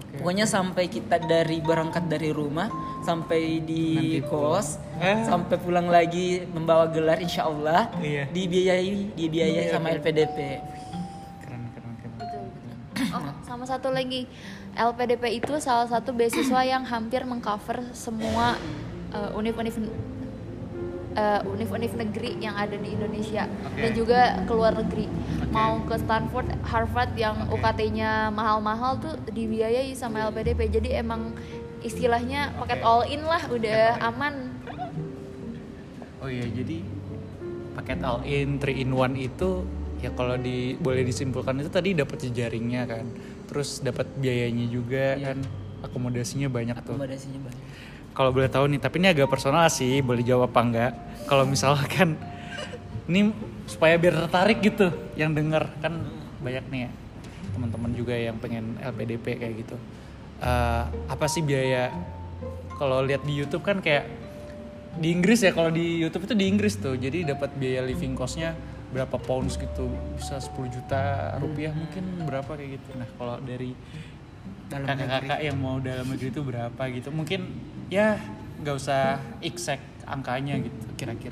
Pokoknya sampai kita berangkat dari rumah sampai di Nanti kos, pulang. sampai pulang lagi membawa gelar insya Allah Iya. dibiayai sama LPDP. Keren. Betul. Oh, sama satu lagi, LPDP itu salah satu beasiswa yang hampir mengcover semua univ-univ negeri yang ada di Indonesia dan juga ke luar negeri. Mau ke Stanford, Harvard yang UKT-nya mahal-mahal tuh dibiayai sama LPDP. Jadi emang istilahnya paket all in lah, udah aman. Oh iya, jadi paket all in 3 in 1 itu ya kalau boleh disimpulkan itu tadi dapat jejaringnya kan. Terus dapat biayanya juga kan. Akomodasinya banyak tuh. Akomodasinya banyak. Kalau boleh tahu nih, tapi ini agak personal sih, boleh jawab apa enggak? Kalau misalkan ini supaya biar tertarik gitu yang denger, kan banyak nih ya teman-teman juga yang pengen LPDP kayak gitu. Apa sih biaya? Kalau lihat di YouTube kan kayak di Inggris ya, kalau di YouTube itu di Inggris tuh, jadi dapat biaya living cost-nya berapa pounds gitu, bisa 10 juta rupiah mungkin berapa kayak gitu. Nah kalau dari kakak-kakak yang mau dalam negeri itu berapa gitu, mungkin ya nggak usah exact angkanya gitu kira-kira.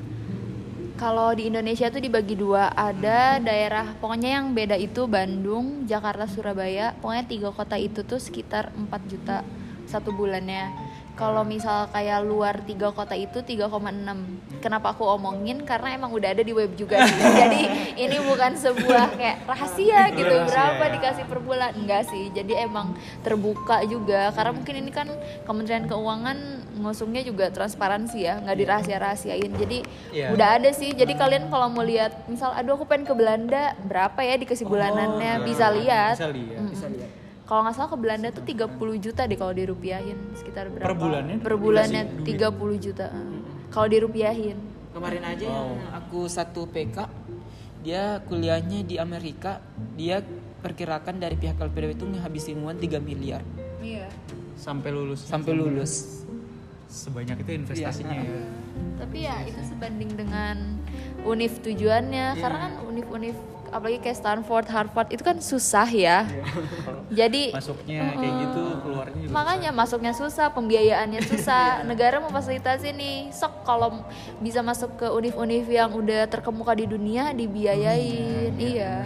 Kalau di Indonesia tuh dibagi dua, ada daerah pokoknya yang beda itu Bandung, Jakarta, Surabaya. Pokoknya 3 kota itu tuh sekitar 4 juta satu bulannya. Kalau misal kayak luar 3 kota itu 3,6. Kenapa aku omongin? Karena emang udah ada di web juga sih. Jadi ini bukan sebuah kayak rahasia gitu berapa dikasih per bulan, enggak sih. Jadi emang terbuka juga karena mungkin ini kan Kementerian Keuangan ngusungnya juga transparansi ya, nggak dirahasia-rahasiain. Jadi udah ada sih. Jadi kalian kalau mau lihat misal aduh aku pengen ke Belanda, berapa ya dikasih bulanannya, bisa lihat. Bisa lihat. Kalau nggak salah ke Belanda tuh 30 juta deh kalau dirupiahin, sekitar berapa? Per bulannya? Per bulannya 30 juta. Kalau dirupiahin. Kemarin aja yang aku satu PK, dia kuliahnya di Amerika, dia perkirakan dari pihak LPDP itu ngabisin uang 3 miliar. Iya. Sampai lulus. Sebanyak itu investasinya ya. Tapi ya itu sebanding dengan univ tujuannya, karena kan univ-univ apalagi kayak Stanford, Harvard itu kan susah ya. Jadi masuknya kayak gitu, keluarnya juga makanya masuknya susah, pembiayaannya susah. Negara memfasilitasi nih, sok kalau bisa masuk ke univ-univ yang udah terkemuka di dunia dibiayain. Iya.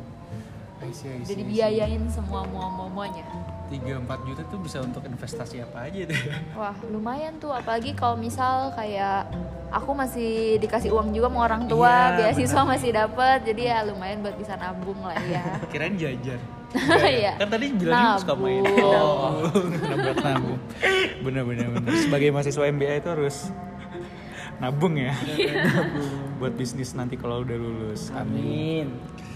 Jadi dibiayain semua muanya. 3-4 juta tuh bisa untuk investasi apa aja deh. Wah lumayan tuh, apalagi kalau misal kayak aku masih dikasih uang juga sama orang tua, beasiswa masih dapat, jadi ya lumayan buat bisa nabung lah ya. Kirain jajan. Iya. Kan tadi bilangnya suka main. Nabung. Bener. Sebagai mahasiswa MBA itu harus nabung ya. Buat bisnis nanti kalau udah lulus. Amin.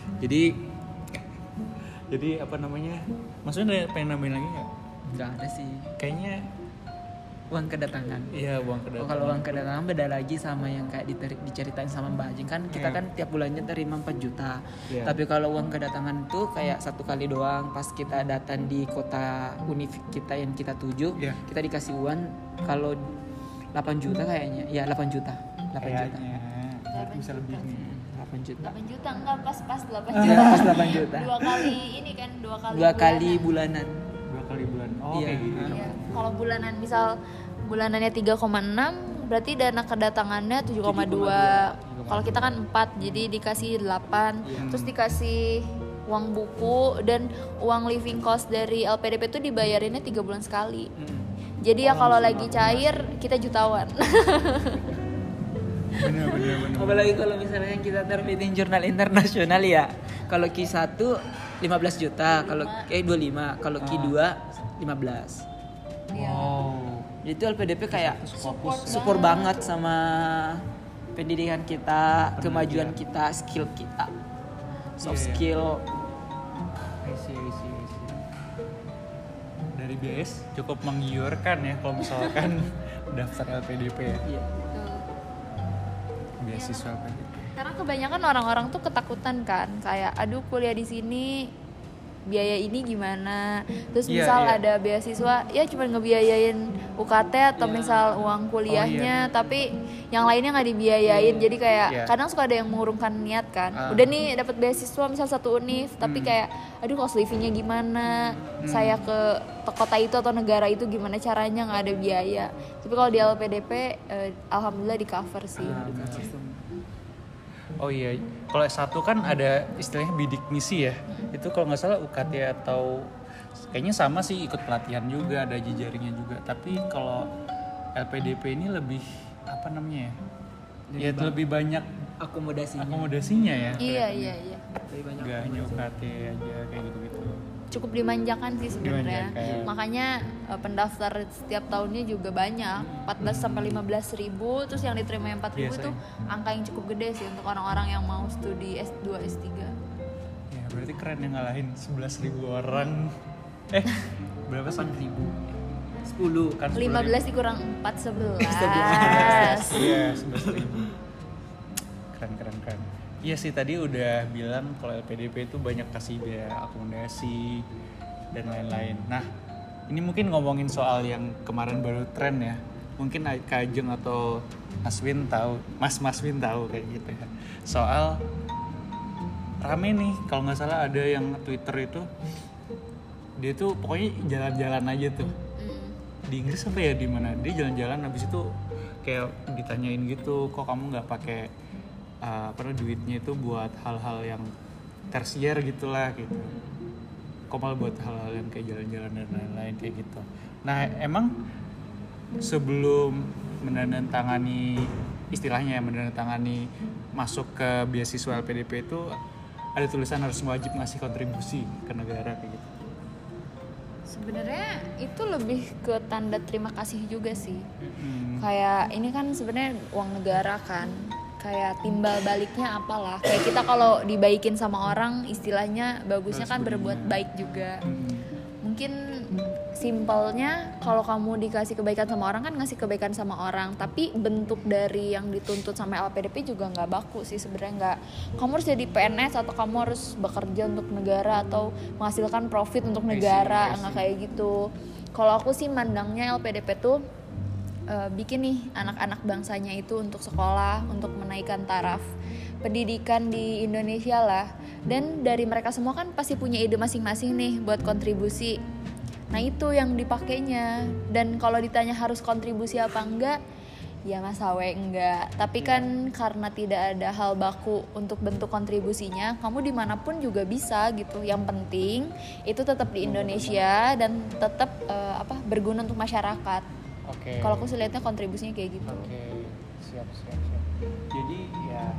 Jadi apa namanya? Maksudnya pengen nambahin lagi nggak? Nggak ada sih. Kayaknya Uang kedatangan. iya uang kedatangan. Kalau uang kedatangan beda lagi sama yang kayak diceritain sama Mbak Ajeng kan kita kan tiap bulannya terima 4 juta. Tapi kalau uang kedatangan tuh kayak 1 kali doang pas kita datang di kota univ kita yang kita tuju, kita dikasih uang kalau 8 juta kayaknya. Ya 8 juta. 8 juta. Berarti bisa lebih nih. 8 juta. 8 juta enggak pas 8 juta. Pas 8 juta. 2 kali ini kan 2 kali bulanan. 2 kali bulan. Oh Iya. kayak gitu. Iya. Kalau bulanan misal bulanannya 3,6 berarti dana kedatangannya 7,2. Kalau kita kan 4 jadi dikasih 8. Terus dikasih uang buku dan uang living cost dari LPDP itu dibayarinnya 3 bulan sekali. Jadi ya kalau lagi cair kita jutawan. Bener. Apalagi kalau misalnya kita terbitin jurnal internasional ya. Kalau Q1 15 juta, kalau Q25, kalau Q2 15. Wow. Jadi itu LPDP kayak support banget sama pendidikan kita, kemajuan kita, skill kita, soft skill. I see. Dari BS cukup menggiurkan ya kalau misalkan daftar LPDP ya. Iya. Beasiswa LPDP. Karena kebanyakan orang-orang tuh ketakutan kan, kayak aduh kuliah di sini biaya ini gimana. Terus Iya, misal iya. ada beasiswa ya cuma ngebiayain UKT atau Iya. misal uang kuliahnya, iya. tapi yang lainnya nggak dibiayain. Jadi kayak Iya. kadang suka ada yang mengurungkan niat kan. Ah. Udah nih dapat beasiswa misal satu univ, tapi kayak aduh cost livingnya gimana, saya ke kota itu atau negara itu gimana caranya, nggak ada biaya. Tapi kalau di LPDP alhamdulillah di cover sih. Oh iya, kalau S1 kan ada istilahnya bidik misi ya. Itu kalau nggak salah UKT atau kayaknya sama sih, ikut pelatihan juga, ada jejaringnya juga. Tapi kalau LPDP ini lebih apa namanya ya? Ya lebih banyak akomodasinya ya. Iya iya iya. Lebih banyak Nggak hanya UKT aja kayak gitu-gitu. Cukup dimanjakan sih sebenarnya. Dimanjakan. Makanya pendaftar setiap tahunnya juga banyak, 14 sampai 15 ribu. Terus yang diterima yang 4 ribu Biasa itu angka yang cukup gede sih untuk orang-orang yang mau studi S2, S3. Ya berarti keren yang ngalahin 11.000 orang. Berapa sih? 10 Kan 15 dikurang 4, 11. Iya, 11.000. Keren. Iya sih, tadi udah bilang kalau LPDP itu banyak kasih biaya akomodasi dan lain-lain. Nah, ini mungkin ngomongin soal yang kemarin baru tren ya. Mungkin Kak Ajeng atau Mas Win tahu, Mas Win tahu kayak gitu ya. Soal rame nih, kalau nggak salah ada yang Twitter itu dia tuh pokoknya jalan-jalan aja tuh. Di Inggris apa ya, di mana dia jalan-jalan habis itu kayak ditanyain gitu, kok kamu nggak pakai duitnya itu buat hal-hal yang tersier gitulah gitu, kok malah buat hal-hal yang kayak jalan-jalan dan lain-lain kayak gitu. Nah emang sebelum menandatangani istilahnya menandatangani masuk ke beasiswa LPDP itu ada tulisan harus wajib ngasih kontribusi ke negara kayak gitu. Sebenarnya itu lebih ke tanda terima kasih juga sih. Kayak ini kan sebenarnya uang negara kan. Kayak timbal baliknya apalah. Kayak kita kalau dibaikin sama orang, istilahnya bagusnya kan berbuat baik juga. Mungkin simpelnya kalau kamu dikasih kebaikan sama orang kan ngasih kebaikan sama orang, tapi bentuk dari yang dituntut sama LPDP juga nggak baku sih sebenarnya. Nggak kamu harus jadi PNS atau kamu harus bekerja untuk negara atau menghasilkan profit untuk negara, nggak kayak gitu. Kalau aku sih mandangnya LPDP tuh bikin nih anak-anak bangsanya itu untuk sekolah, untuk menaikkan taraf pendidikan di Indonesia lah. Dan dari mereka semua kan pasti punya ide masing-masing nih buat kontribusi. Nah itu yang dipakainya. Dan kalau ditanya harus kontribusi apa enggak, ya Mas Awe enggak. Tapi kan karena tidak ada hal baku untuk bentuk kontribusinya, kamu dimanapun juga bisa gitu. Yang penting itu tetap di Indonesia dan tetap berguna untuk masyarakat. Oke. Kalau aku sih lihatnya kontribusinya kayak gitu. Oke, siap. Jadi ya,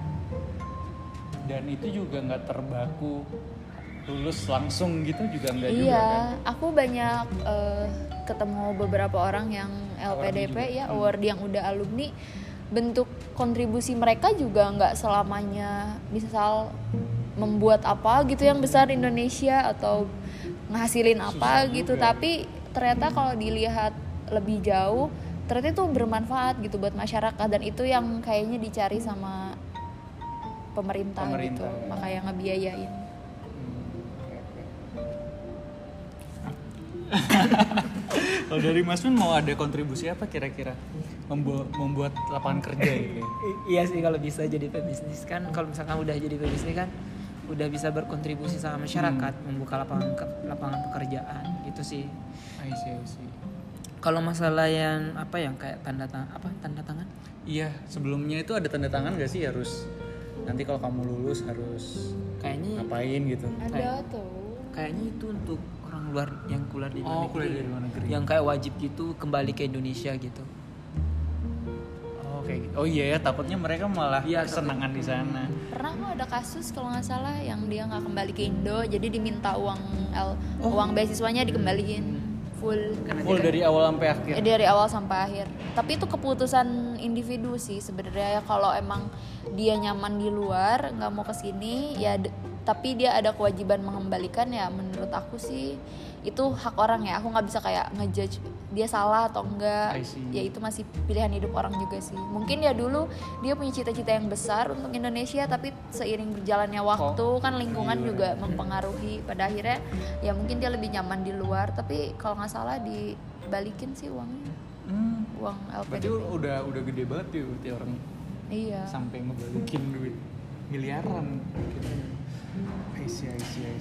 dan itu juga nggak terbaku lulus langsung gitu juga nggak juga kan? Iya, aku banyak ketemu beberapa orang yang LPDP ya, award yang udah alumni. Bentuk kontribusi mereka juga nggak selamanya misal membuat apa gitu yang besar di Indonesia atau ngasilin apa gitu, tapi ternyata kalau dilihat lebih jauh ternyata itu bermanfaat gitu buat masyarakat, dan itu yang kayaknya dicari sama pemerintah. Gitu, makanya ngebiayain. Kalau dari Mas Min mau ada kontribusi apa kira-kira membuat lapangan kerja gitu? Iya sih, kalau bisa jadi pebisnis kan, kalau misalkan udah jadi pebisnis kan udah bisa berkontribusi sama masyarakat, membuka lapangan pekerjaan gitu sih. I see. Kalau masalah yang kayak tanda tangan? Iya, sebelumnya itu ada tanda tangan nggak sih, harus nanti kalau kamu lulus harus Kayaknya ngapain gitu? Ada tuh. Kayaknya itu untuk orang luar yang kuliah di luar negeri. Kuliah di luar negeri. Yang kayak wajib gitu kembali ke Indonesia gitu. Kayak gitu. Oh iya ya, takutnya mereka malah kesenangan di sana. Pernah kok ada kasus kalau nggak salah yang dia nggak kembali ke Indo, jadi diminta uang beasiswanya dikembaliin full Dari awal sampai akhir. dari awal sampai akhir. Tapi itu keputusan individu sih sebenarnya ya. Kalau emang dia nyaman di luar nggak mau kesini ya tapi dia ada kewajiban mengembalikan, ya menurut aku sih itu hak orang ya. Aku nggak bisa kayak ngejudge dia salah atau enggak. I see. Ya itu masih pilihan hidup orang juga sih. Mungkin ya dulu dia punya cita-cita yang besar untuk Indonesia, tapi seiring berjalannya waktu kan lingkungan juga mempengaruhi. Pada akhirnya ya mungkin dia lebih nyaman di luar, tapi kalau nggak salah dibalikin sih uangnya. Uang Berarti LPDP. udah gede banget ya berarti orang Iya. sampai ngebalikin duit miliaran. I see.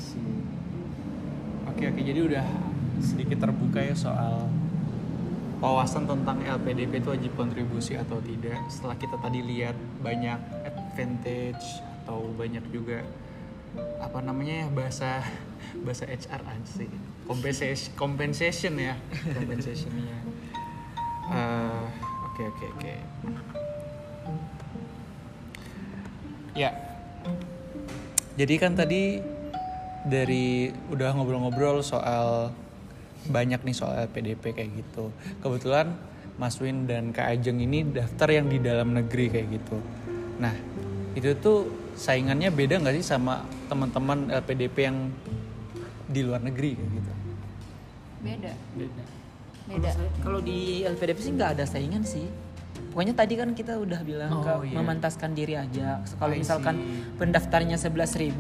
Oke, jadi udah sedikit terbuka ya soal wawasan tentang LPDP itu wajib kontribusi atau tidak. Setelah kita tadi lihat banyak advantage atau banyak juga apa namanya ya, bahasa HR sih, compensation ya, compensationnya. Oke. Ya, jadi kan tadi dari udah ngobrol-ngobrol soal banyak nih soal LPDP kayak gitu. Kebetulan Mas Win dan Kak Ajeng ini daftar yang di dalam negeri kayak gitu. Nah, itu tuh saingannya beda nggak sih sama teman-teman LPDP yang di luar negeri kayak gitu? Beda. Beda. Kalau di LPDP sih nggak ada saingan sih. Pokoknya tadi kan kita udah bilang memantaskan diri aja. Kalau misalkan pendaftarnya 15.000,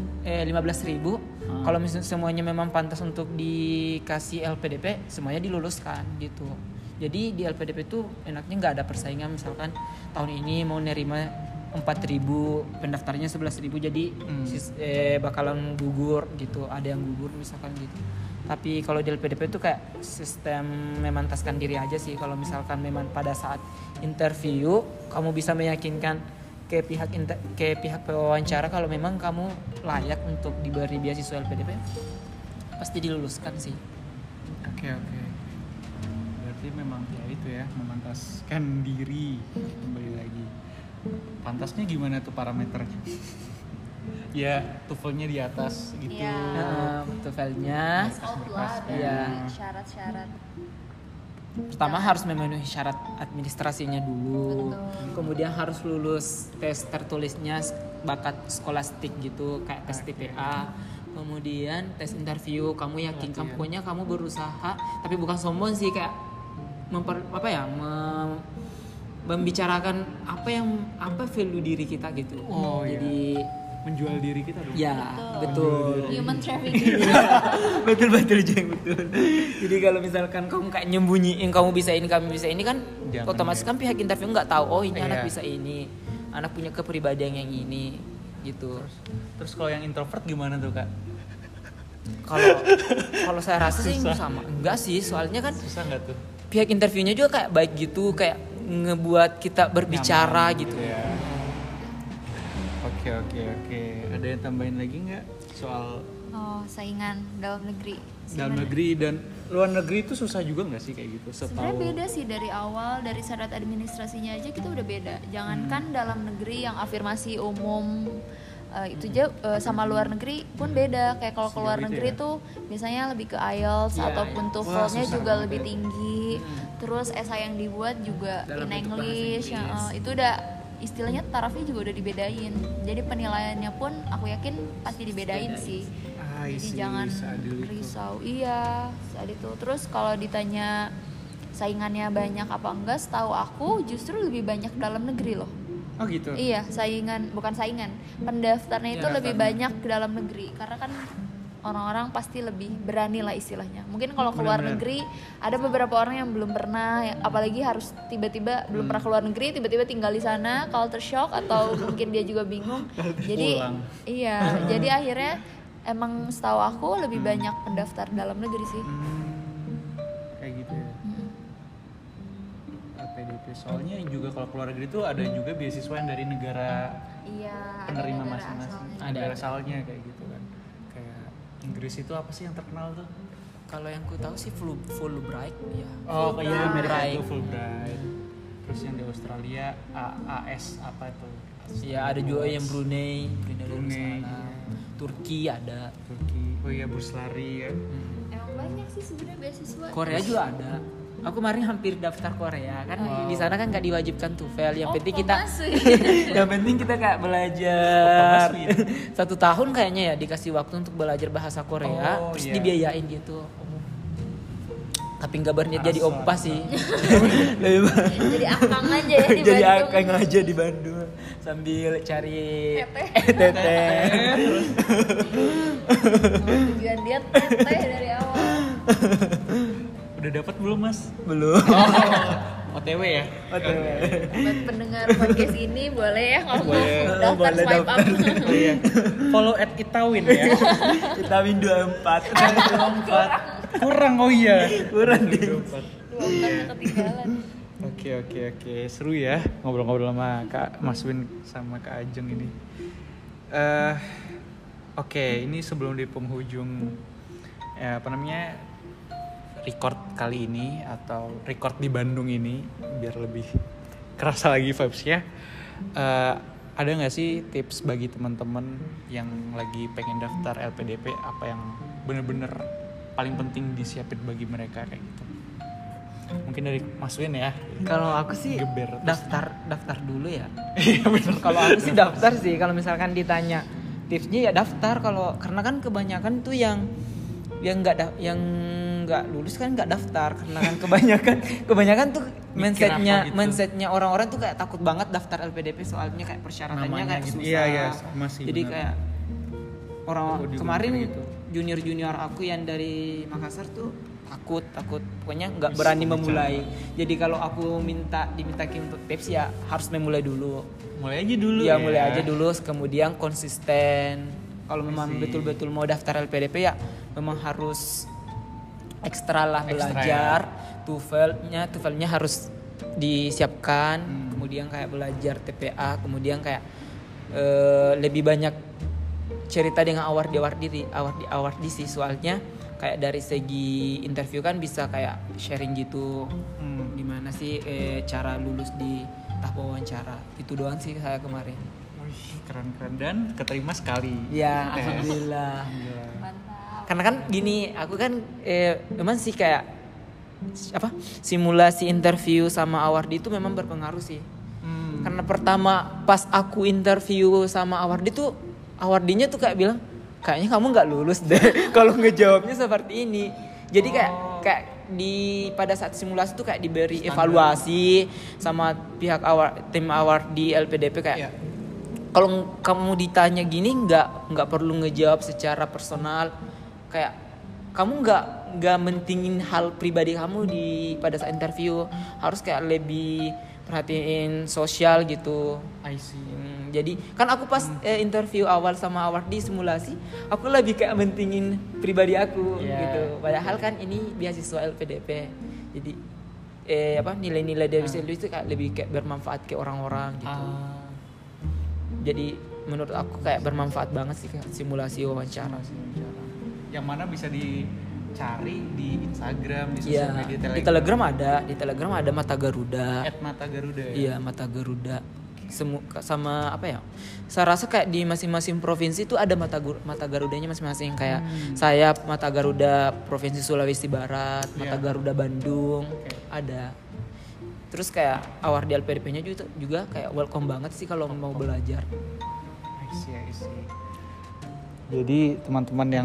kalau misalnya semuanya memang pantas untuk dikasih LPDP, semuanya diluluskan gitu. Jadi di LPDP itu enaknya nggak ada persaingan. Misalkan tahun ini mau nerima 4.000, pendaftarnya 11.000, jadi bakalan gugur gitu. Ada yang gugur misalkan gitu. Tapi kalau di LPDP itu kayak sistem memantaskan diri aja sih. Kalau misalkan memang pada saat interview kamu bisa meyakinkan ke pihak pewawancara kalau memang kamu layak untuk diberi beasiswa LPDP, pasti diluluskan sih. Oke. Berarti memang ya itu ya, memantaskan diri. Kembali lagi. Pantasnya gimana tuh parameternya? Ya, TOEFL-nya di atas gitu. Iya. TOEFL-nya Iya. Syarat-syarat. pertama harus memenuhi syarat administrasinya dulu. Betul. Kemudian harus lulus tes tertulisnya bakat skolastik gitu, kayak tes TPA. Kemudian tes interview, kamu yakin pokoknya kamu berusaha, tapi bukan sombong sih, kayak membicarakan apa value diri kita gitu. Jadi menjual diri kita dong. ya betul. Human trafficking. betul Jeng, betul. Jadi kalau misalkan kamu kayak nyembunyiin kamu bisa ini kan Jangan, otomatis ya. kan pihak interview nggak tahu ini anak Iya. bisa ini, anak punya kepribadian yang ini gitu. Terus kalau yang introvert gimana tuh, Kak? Kalau saya rasa sih sama enggak sih, soalnya kan Susah nggak tuh? pihak interviewnya juga kayak baik gitu, kayak ngebuat kita berbicara Nyaman gitu. Ya. Oke. Ada yang tambahin lagi nggak soal Oh, saingan dalam negeri. dalam negeri dan luar negeri itu susah juga nggak sih kayak gitu? Sebenarnya beda sih dari awal, dari syarat administrasinya aja kita udah beda. Jangankan dalam negeri yang afirmasi umum itu aja sama luar negeri pun beda. Kayak kalau ke luar Sejauh itu negeri ya? tuh biasanya lebih ke IELTS ataupun TOEFL-nya susah juga banget lebih ya. tinggi. Terus esai yang dibuat juga Dalam in bentuk bahasa English. Inggris. Itu udah istilahnya tarafnya juga udah dibedain. Jadi penilaiannya pun aku yakin pasti dibedain sih. Jadi jangan risau. Iya, saat itu. Terus kalau ditanya saingannya banyak apa enggak, setahu aku justru lebih banyak dalam negeri loh. Oh gitu. Iya, bukan saingan. Pendaftarnya itu lebih banyak ke dalam negeri karena kan orang-orang pasti lebih berani lah istilahnya. Mungkin kalau ke luar negeri ada beberapa orang yang belum pernah, apalagi harus tiba-tiba belum pernah ke luar negeri, tiba-tiba tinggal di sana, culture shock atau mungkin dia juga bingung. Jadi pulang. iya, jadi akhirnya emang setahu aku lebih banyak pendaftar dalam negeri sih. Kayak gitu ya. LPDP soalnya juga kalau keluar negeri itu ada juga beasiswa yang dari negara Iya, penerima ada negara masing-masing. asalnya. Negara asalnya kayak gitu kan. Kayak Inggris itu apa sih yang terkenal tuh? Kalau yang ku tahu sih Fulbright ya. Oh, kayak Amerika Fulbright. itu Fulbright. Terus yang di Australia AS apa itu? Ya ada juga yang Brunei Brunei, sana. iya. Turki ada. Turki. Oh iya, bus lari ya. Emang banyak sih sebenarnya beasiswa. Korea juga ada. aku kemarin hampir daftar Korea kan. Di sana kan nggak diwajibkan TOEFL. Yang penting kita yang penting kita kayak belajar 1 tahun kayaknya ya, dikasih waktu untuk belajar bahasa Korea, terus dibiayain gitu. Tapi nggak berniat jadi opa sih. Jadi akang aja ya di Jadi Bandung. akang aja di Bandung sambil cari teteh. Tujuan dia teteh dari awal. Udah dapat belum Mas? Belum. OTW ya? OTW. Buat pendengar podcast ini boleh ya kalau mau Boleh. daftar Boleh swipe up. daftar. Oh, iya. Follow @itawin ya. Kita win 24. Kurang oh iya. Kurang deh. 24 ketinggalan. Oke. Seru ya ngobrol-ngobrol sama Kak Mas Win sama Kak Ajeng ini. Oke, ini sebelum di penghujung record kali ini atau record di Bandung ini biar lebih kerasa lagi vibes-nya. Ada nggak sih tips bagi teman-teman yang lagi pengen daftar LPDP, apa yang bener-bener paling penting disiapin bagi mereka kayak gitu? Mungkin dari Mas Win ya. Kalau aku sih Geber. daftar dulu ya. Iya bener. Kalau aku sih daftar sih. Kalau misalkan ditanya tipsnya ya daftar. Karena kan kebanyakan tuh yang nggak lulus kan nggak daftar, karena kan kebanyakan tuh mindsetnya orang-orang tuh kayak takut banget daftar LPDP soalnya kayak persyaratannya namanya kayak gitu. susah. Iya, sama sih. Jadi bener. kayak orang kemarin gitu. junior aku yang dari Makassar tuh takut pokoknya nggak berani memulai. Jadi kalau aku dimintakin untuk tips ya harus memulai dulu. Mulai aja dulu ya. Mulai aja dulu, kemudian konsisten. Kalau memang betul-betul mau daftar LPDP ya memang harus ekstra lah belajar. TOEFL-nya harus disiapkan. Kemudian kayak belajar TPA, kemudian kayak lebih banyak cerita dengan awardee sih, soalnya kayak dari segi interview kan bisa kayak sharing gitu. Gimana sih cara lulus di tahap wawancara. Itu doang sih saya kemarin. Keren dan keterima sekali. Ya, alhamdulillah. Mantap. Karena kan gini, aku kan memang sih kayak simulasi interview sama awardee itu memang berpengaruh sih. Karena pertama pas aku interview sama awardee tuh, awardee-nya tuh kayak bilang, kayaknya kamu nggak lulus deh kalau ngejawabnya seperti ini. Jadi kayak pada saat simulasi tuh kayak diberi evaluasi sama pihak tim awardee LPDP kayak. Yeah. Kalau kamu ditanya gini nggak perlu ngejawab secara personal, kayak kamu nggak mentingin hal pribadi kamu pada saat interview, harus kayak lebih perhatiin sosial gitu. I see. Jadi kan aku pas interview awal sama awardee simulasi, aku lebih kayak mentingin pribadi aku gitu. Padahal kan ini beasiswa LPDP, jadi nilai-nilai dari situ itu kayak lebih kayak bermanfaat ke orang-orang gitu. Jadi menurut aku kayak bermanfaat banget sih simulasi wawancara. Yang mana bisa dicari di Instagram, di sosial media Telegram. Di Telegram ada Mata Garuda. @matagaruda ya. Iya, Mata Garuda. Sama apa ya? Saya rasa kayak di masing-masing provinsi itu ada Mata Garudanya masing-masing, kayak saya Mata Garuda Provinsi Sulawesi Barat, Mata Garuda Bandung, ada. Terus kayak awardee LPDP-nya juga kayak welcome banget sih kalau mau belajar. I see. Jadi teman-teman yang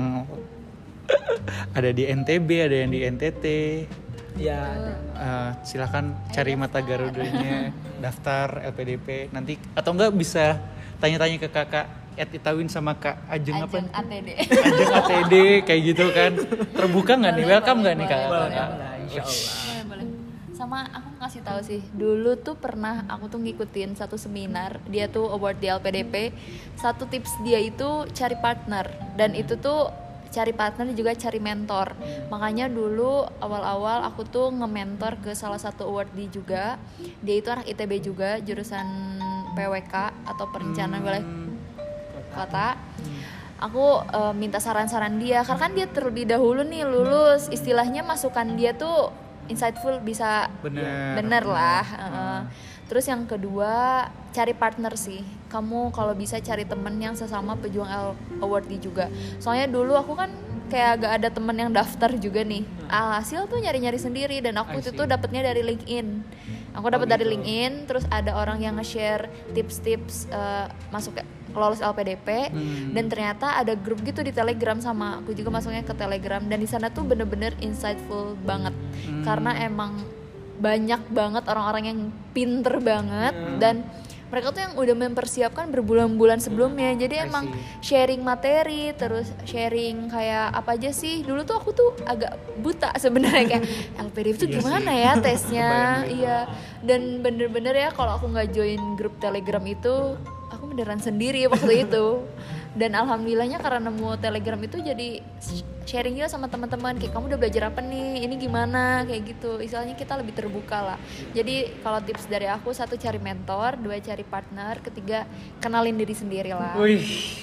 ada di NTB, ada yang di NTT, Ya, silakan cari Mata Garudanya, daftar LPDP nanti, atau enggak bisa tanya-tanya ke kakak @itawin sama Kak Ajeng apa? ATD. Ajeng ATD kayak gitu kan. Terbuka nggak nih? Welcome nggak nih Kak? boleh, insyaallah. Boleh. Sama aku kasih tahu sih, dulu tuh pernah aku tuh ngikutin satu seminar, dia tuh award di LPDP. Satu tips dia itu cari partner, dan itu tuh cari partner juga cari mentor. Makanya dulu awal-awal aku tuh nge-mentor ke salah satu awardee juga. Dia itu anak ITB juga, jurusan PWK atau perencanaan wilayah kota. Aku minta saran-saran dia, karena kan dia terlebih dahulu nih lulus, istilahnya masukan dia tuh insightful, bisa bener lah. Terus yang kedua, cari partner sih. Kamu kalau bisa cari temen yang sesama pejuang awardee juga. Soalnya dulu aku kan kayak gak ada temen yang daftar juga nih. Alhasil tuh nyari-nyari sendiri dan aku itu tuh dapetnya dari LinkedIn. Aku dapat dari LinkedIn, terus ada orang yang nge-share tips-tips masuk lolos LPDP dan ternyata ada grup gitu di Telegram, sama aku juga masuknya ke Telegram, dan di sana tuh bener-bener insightful banget karena emang banyak banget orang-orang yang pinter banget dan mereka tuh yang udah mempersiapkan berbulan-bulan sebelumnya. Jadi emang sharing materi, terus sharing kayak apa aja sih. Dulu tuh aku tuh agak buta sebenarnya kayak LPDP itu gimana ya tesnya. Iya. Dan bener-bener ya kalau aku nggak join grup Telegram itu, aku beneran sendiri waktu itu. Dan alhamdulillahnya karena nemu Telegram itu jadi sharing juga sama teman-teman kayak kamu udah belajar apa nih, ini gimana, kayak gitu. Istilahnya kita lebih terbuka lah. Jadi kalau tips dari aku, 1 cari mentor, 2 cari partner, 3 kenalin diri sendiri lah. Wih.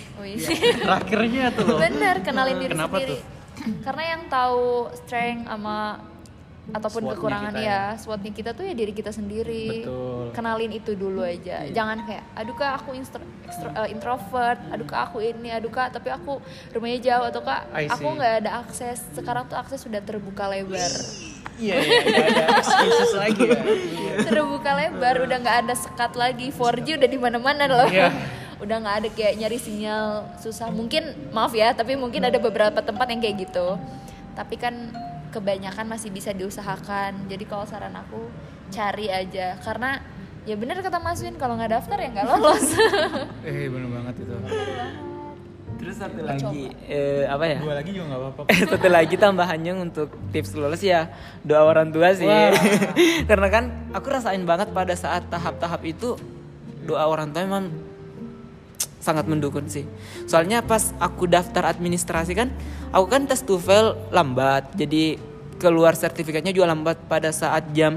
Terakhirnya tuh loh. Bener, kenalin diri Kenapa sendiri. tuh? Karena yang tahu strength sama ataupun SWOT-nya kekurangan kita ya, SWOT-nya kita tuh ya diri kita sendiri. Betul. Kenalin itu dulu aja. Jangan kayak, aduh kak aku introvert, aduh kak aku ini, aduh kak tapi aku rumahnya jauh, atau kak I aku see. nggak ada akses. Sekarang tuh akses sudah terbuka lebar. Iya, nggak ada excuses lagi ya. Terbuka lebar, udah nggak ada sekat lagi. 4G udah di mana-mana loh. Iya. Udah nggak ada kayak nyari sinyal susah. Mungkin maaf ya, tapi mungkin ada beberapa tempat yang kayak gitu. Tapi kan kebanyakan masih bisa diusahakan. Jadi kalau saran aku cari aja, karena ya bener kata Mas Win, kalau nggak daftar ya nggak lolos. Bener banget itu. Terus satu lagi apa ya? 2 lagi juga nggak apa-apa. Satu lagi tambahannya untuk tips lulus ya, doa orang tua sih. Karena kan aku rasain banget pada saat tahap-tahap itu doa orang tua memang sangat mendukung sih. Soalnya pas aku daftar administrasi kan, aku kan tes TOEFL lambat, jadi keluar sertifikatnya juga lambat. Pada saat jam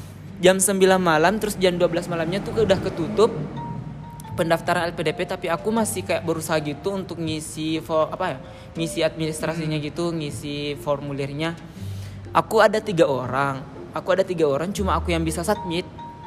9 malam, terus jam 12 malamnya tuh udah ketutup pendaftaran LPDP, tapi aku masih kayak berusaha gitu untuk ngisi ngisi administrasinya gitu, ngisi formulirnya. Aku ada 3 orang, cuma aku yang bisa submit.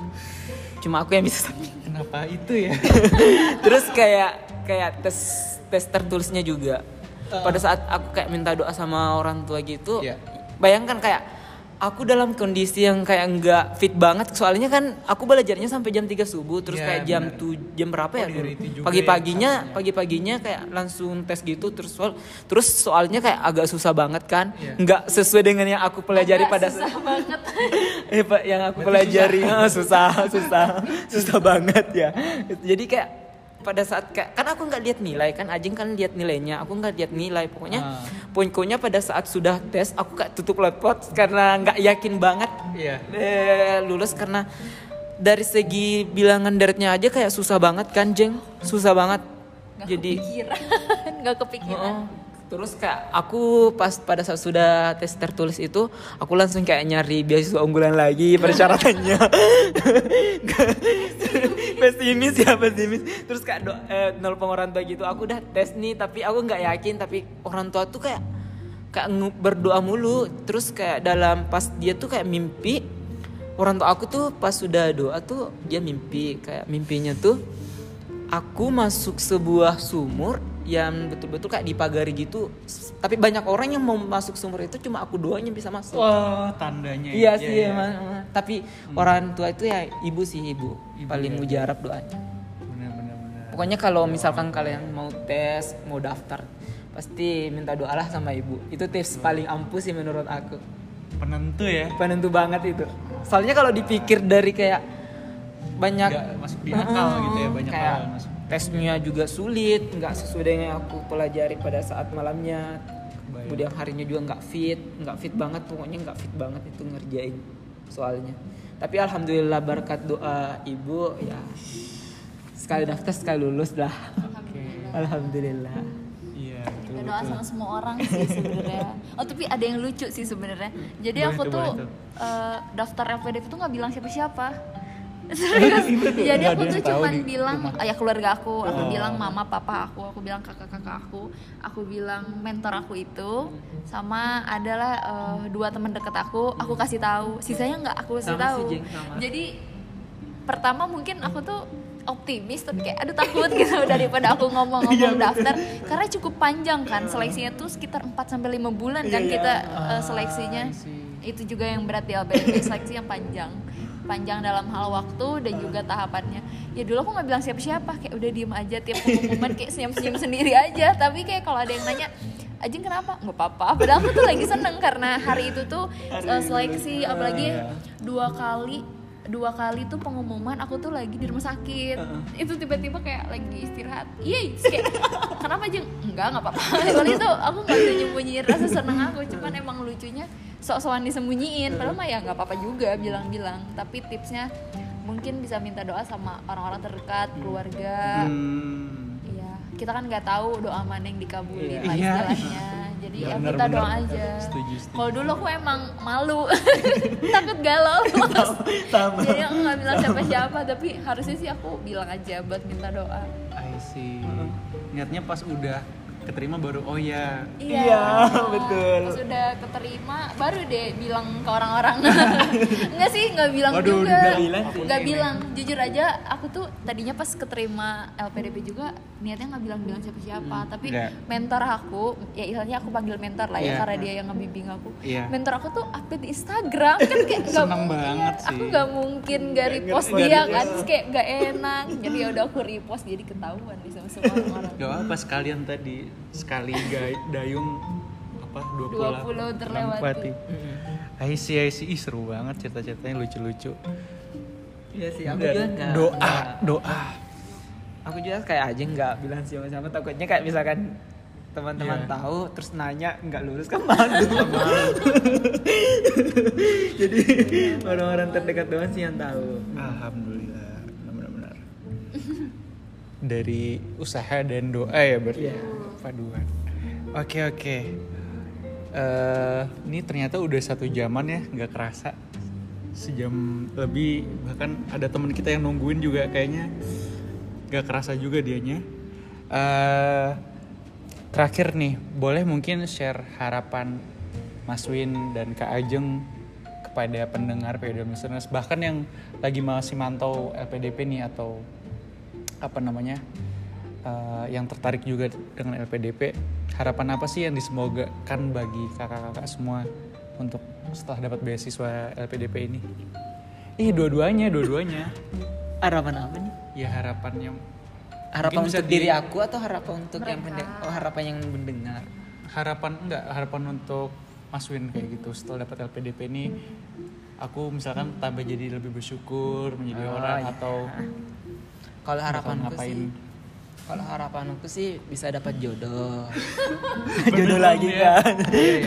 Kenapa itu ya? Terus kayak tes tertulisnya juga. Pada saat aku kayak minta doa sama orang tua gitu, bayangkan kayak aku dalam kondisi yang kayak nggak fit banget. Soalnya kan aku belajarnya sampai jam 3 subuh, terus kayak jam berapa ya? Pagi-paginya kayak langsung tes gitu, terus soalnya kayak agak susah banget kan, nggak sesuai dengan yang aku pelajari pada susah banget. yang aku pelajari susah banget ya. Jadi kayak pada saat kan aku nggak lihat nilai kan, Ajeng kan lihat nilainya, aku nggak lihat nilai. Pokoknya pada saat sudah tes aku kayak tutup laptop karena nggak yakin banget lulus, karena dari segi bilangan deretnya aja kayak susah banget kan, Jeng, susah banget. Nggak kepikiran. Terus kayak aku pada saat sudah tes tertulis itu, aku langsung kayak nyari beasiswa unggulan lagi persyaratannya. pesimis. Terus kayak nelpon orang tua gitu, aku udah tes nih tapi aku nggak yakin, tapi orang tua tuh kayak berdoa mulu. Terus kayak pas dia tuh kayak mimpi, orang tua aku tuh pas sudah doa tuh dia mimpi, kayak mimpinya tuh aku masuk sebuah sumur yang betul-betul kayak dipagari gitu, tapi banyak orang yang mau masuk sumur itu, cuma aku doang yang bisa masuk. Wah, tandanya. Iya sih emang. Tapi orang tua itu ya ibu paling mujarab doanya. Benar. Pokoknya kalau misalkan kalian mau tes, mau daftar, pasti minta doa lah sama ibu. Itu tips paling ampuh sih menurut aku. Penentu banget itu. Soalnya kalau dipikir dari kayak banyak nggak masuk di akal gitu ya, banyak kayak hal masuk. Tesnya juga sulit, nggak sesuai dengan yang aku pelajari pada saat malamnya. Kemudian harinya juga nggak fit banget, pokoknya nggak fit banget itu ngerjain soalnya. Tapi alhamdulillah berkat doa ibu ya, sekali daftar sekali lulus dah. Alhamdulillah. Iya, betul. Doa sama semua orang sih sebenarnya. Oh tapi ada yang lucu sih sebenarnya. Jadi aku tuh daftar LPDP tuh nggak bilang siapa-siapa. Serius. Jadi aku tuh cuman bilang ya keluarga aku bilang mama papa aku bilang kakak aku bilang mentor aku itu, sama adalah 2 teman dekat aku kasih tahu, sisanya nggak aku kasih tahu. Jadi pertama mungkin aku tuh optimis tapi kayak aduh takut gitu daripada aku ngomong-ngomong daftar karena cukup panjang kan seleksinya tuh sekitar 4-5 bulan kan kita seleksinya. Itu juga yang berat di LPDP, seleksi yang panjang dalam hal waktu dan juga tahapannya. Ya dulu aku nggak bilang siapa-siapa, kayak udah diem aja tiap pengumuman kayak senyum-senyum sendiri aja. Tapi kayak kalau ada yang nanya, Ajeng kenapa? Nggak apa-apa. Padahal aku tuh lagi seneng karena hari itu tuh seleksi, apalagi dua kali tuh pengumuman aku tuh lagi di rumah sakit. Itu tiba-tiba kayak lagi istirahat. Iya, kayak kenapa Jeng? Nggak apa-apa. Kalau itu aku nggak bisa nyembunyiin rasa seneng aku, cuman emang lucunya sok-sokan disembunyiin. Padahal mah ya nggak apa-apa juga bilang-bilang. Tapi tipsnya mungkin bisa minta doa sama orang-orang terdekat, keluarga. Iya, kita kan nggak tahu doa mana yang dikabulin lah istilahnya. Jadi ya minta doa aja. Setuju. Kalau dulu aku emang malu, takut galau. Jadi aku nggak bilang siapa-siapa, tapi harusnya sih aku bilang aja buat minta doa. I see. Niatnya pas udah keterima baru Iya, betul. Pas udah keterima baru deh bilang ke orang-orang. Enggak sih, nggak bilang Waduh, juga. nggak Bilang. Jujur aja, aku tuh tadinya pas keterima LPDP juga niatnya nggak bilang siapa-siapa. Tapi mentor aku, ya istilahnya aku panggil mentor lah ya karena dia yang ngebimbing aku. Mentor aku tuh update di Instagram kan kayak seneng banget sih. Aku nggak mungkin nggak repost dia kan, terus kayak nggak enak. Jadi ya udah aku repost jadi ketahuan nih sama semua orang. Gak apa sekalian tadi sekali dayung apa 20 terlewati. I see. Ih, seru banget cerita-ceritanya, lucu-lucu. Iya sih, aku juga enggak. Doa. Aku juga kayak aja nggak bilang siapa-siapa, takutnya kayak misalkan teman-teman tahu terus nanya nggak lulus kan malu. Jadi orang-orang terdekat doang sih yang tahu. Alhamdulillah, benar-benar. Dari usaha dan doa ya berarti. Paduan. Oke. Ini ternyata udah 1 jaman ya, nggak kerasa. Sejam lebih, bahkan ada teman kita yang nungguin juga kayaknya. Nggak kerasa juga dianya. Terakhir nih, boleh mungkin share harapan Mas Win dan Kak Ajeng kepada pendengar PWD Listeners, bahkan yang lagi masih mantau LPDP nih atau apa namanya, yang tertarik juga dengan LPDP. Harapan apa sih yang disemogakan bagi kakak-kakak semua untuk setelah dapat beasiswa LPDP ini? Dua-duanya. Harapan apa nih? Ya harapannya. Harapan untuk diri aku atau harapan untuk yang harapan yang mendengar? Harapan untuk Mas Win kayak gitu. Setelah dapat LPDP ini, aku misalkan tambah jadi lebih bersyukur menjadi orang atau kalau harapanku sih bisa dapat jodoh. Jodoh lagi kan.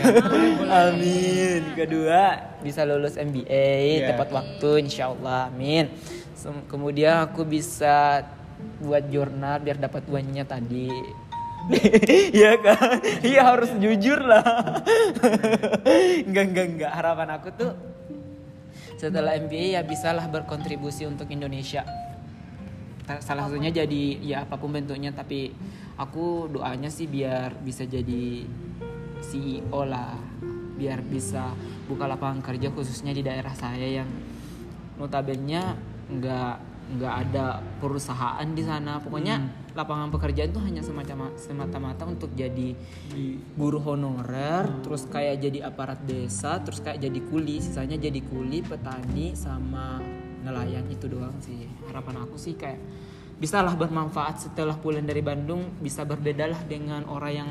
Amin. Kedua bisa lulus MBA tepat waktu insyaallah. Amin. Kemudian aku bisa buat jurnal biar dapat uangnya tadi. Iya kan? Iya harus jujur lah. Enggak. Harapan aku tuh setelah MBA ya bisalah berkontribusi untuk Indonesia. Salah satunya jadi ya apapun bentuknya, tapi aku doanya sih biar bisa jadi CEO lah, biar bisa buka lapangan kerja khususnya di daerah saya yang notabene nggak ada perusahaan di sana. Pokoknya lapangan pekerjaan itu hanya semata-mata untuk jadi guru honorer, terus kayak jadi aparat desa, terus kayak jadi kuli, sisanya jadi kuli, petani sama nelayan. Itu doang sih harapan aku sih, kayak bisalah bermanfaat setelah pulang dari Bandung, bisa berbedalah dengan orang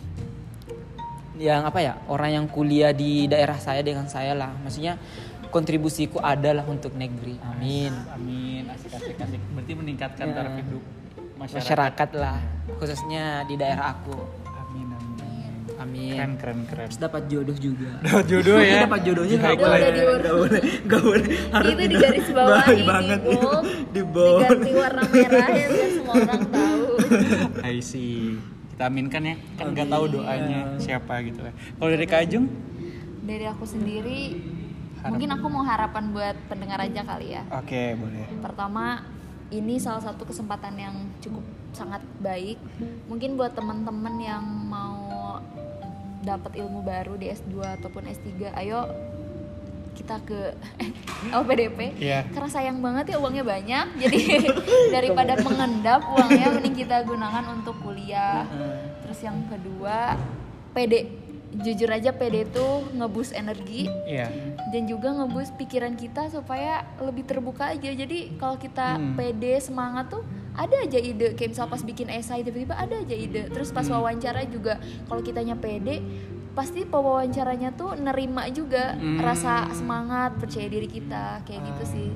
yang kuliah di daerah saya dengan saya lah. Maksudnya kontribusiku adalah untuk negeri. Amin. Asik. Berarti meningkatkan taraf hidup masyarakat lah, khususnya di daerah aku. Amin. Keren. Terus dapat jodoh juga. Dapat jodoh ya. Dapat jodohnya Nggak boleh. Harus itu di garis bawahi, di bold, diganti warna merah ya biar semua orang tahu. I see. Kita aminkan ya. Kan nggak tahu doanya siapa gitu ya. Kalau dari Kak Ajeng? Dari aku sendiri, mungkin aku mau harapan buat pendengar aja kali ya. Oke, boleh. Pertama, ini salah satu kesempatan yang cukup sangat baik. Mungkin buat teman-teman yang mau dapat ilmu baru di S2 ataupun S3, ayo kita ke LPDP Iya. karena sayang banget ya uangnya banyak, jadi daripada mengendap uangnya mending kita gunakan untuk kuliah. Terus yang kedua PD, jujur aja PD itu ngeboost energi Iya. dan juga ngeboost pikiran kita supaya lebih terbuka aja. Jadi kalau kita PD semangat tuh ada aja ide, kayak misal pas bikin esai tiba-tiba ada aja ide. Terus pas wawancara juga kalau kitanya PD pasti pewawancaranya tuh nerima juga rasa semangat, percaya diri kita kayak gitu sih.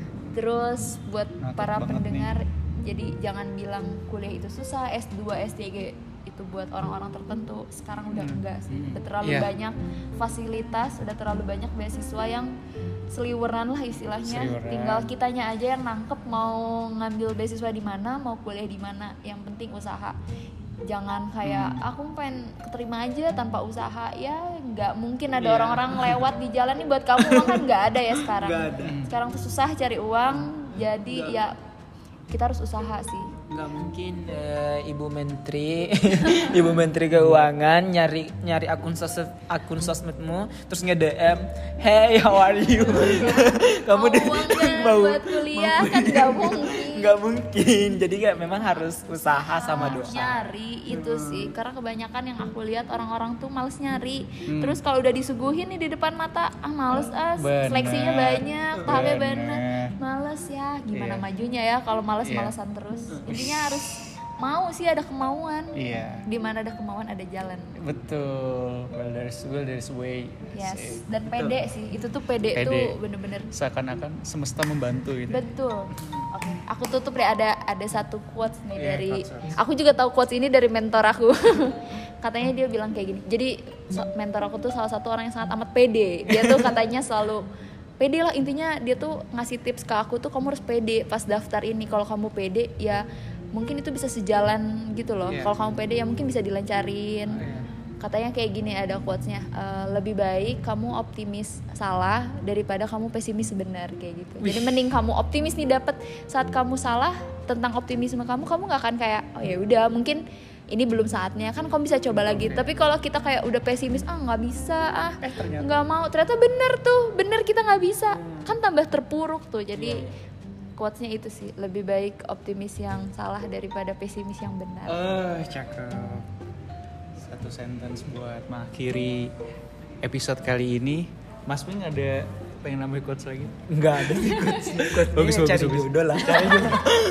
Terus buat Mantap para banget pendengar, jadi jangan bilang kuliah itu susah, S2, S3 itu buat orang-orang tertentu. Sekarang udah enggak sih, udah terlalu Iya. banyak fasilitas, udah terlalu banyak beasiswa yang seliweran lah istilahnya. Seliweran. Tinggal kitanya aja yang nangkep mau ngambil beasiswa di mana, mau kuliah di mana. Yang penting usaha. Jangan kayak aku pengen keterima aja tanpa usaha, ya nggak mungkin ada Iya. orang-orang lewat di jalan nih buat kamu uang kan nggak ada ya sekarang. Nggak ada. Sekarang tuh susah cari uang, jadi ya kita harus usaha sih. Nggak mungkin Ibu Menteri Ibu Menteri Keuangan nyari akun sosmedmu terus nge-DM, "Hey, how are you?" Kamu Mau uang nggak buat kuliah kan nggak mungkin. nggak mungkin. Jadi kayak memang harus usaha sama doa. Nyari itu sih, karena kebanyakan yang aku lihat orang-orang tuh males nyari. Terus kalau udah disuguhin nih di depan mata, males Bener. seleksinya banyak, tahapnya Bener. banyak, males ya. Gimana Iya. majunya ya kalau Iya. males-malesan terus. Intinya harus mau sih, ada kemauan. Iya. Di mana ada kemauan ada jalan. Betul. Well, there's way. Yes, dan pede sih. Itu tuh pede Pede. tuh bener-bener Seakan-akan semesta membantu gitu. betul. Oke, aku tutup deh, ada satu quotes nih Iya, dari quotes. aku juga tahu quotes ini dari mentor aku. Katanya dia bilang kayak gini. Jadi mentor aku tuh salah satu orang yang sangat amat pede. Dia tuh katanya selalu pede lah, intinya dia tuh ngasih tips ke aku tuh kamu harus pede pas daftar ini. Kalau kamu pede ya mungkin itu bisa sejalan gitu loh. Iya. Kalau kamu pede ya mungkin bisa dilancarin. Katanya kayak gini, ada quotesnya, lebih baik kamu optimis salah daripada kamu pesimis benar, kayak gitu. Jadi mending kamu optimis nih dapet saat kamu salah tentang optimisme kamu nggak akan kayak oh ya udah mungkin ini belum saatnya, kan kamu bisa coba lagi. Tapi kalau kita kayak udah pesimis, nggak bisa, nggak mau, ternyata bener kita nggak bisa, kan tambah terpuruk tuh. Jadi quotesnya itu sih, lebih baik optimis yang salah daripada pesimis yang benar. Cakep. Satu sentence buat mengakhiri episode kali ini. Mas Wing ada pengen nambah quotes lagi? Nggak ada sih. Bagus, Cari bagus. jodoh lah. Cari jodoh.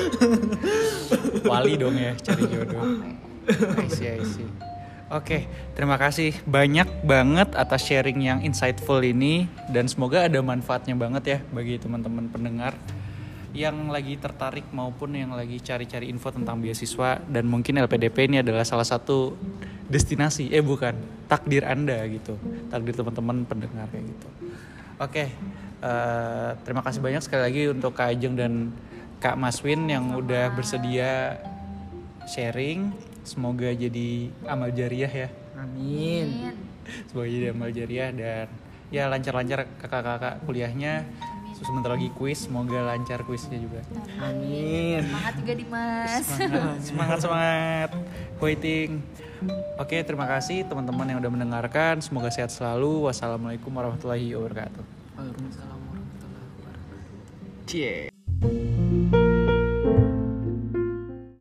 Wali dong ya, cari jodoh. I see. Oke, terima kasih banyak banget atas sharing yang insightful ini, dan semoga ada manfaatnya banget ya bagi teman-teman pendengar yang lagi tertarik maupun yang lagi cari-cari info tentang beasiswa, dan mungkin LPDP ini adalah salah satu destinasi, takdir Anda gitu, takdir teman-teman pendengar kayak gitu. Oke, terima kasih banyak sekali lagi untuk Kak Ajeng dan Kak Maswin yang udah bersedia sharing. Semoga jadi amal jariah ya. Amin. Semoga jadi amal jariah dan ya lancar-lancar kakak-kakak kuliahnya. Sebentar lagi kuis, semoga lancar kuisnya juga. Amin. Semangat juga Dimas. Semangat. Waiting. Oke, terima kasih teman-teman yang udah mendengarkan. Semoga sehat selalu. Wassalamualaikum warahmatullahi wabarakatuh. Waalaikumsalam warahmatullahi wabarakatuh. Cie.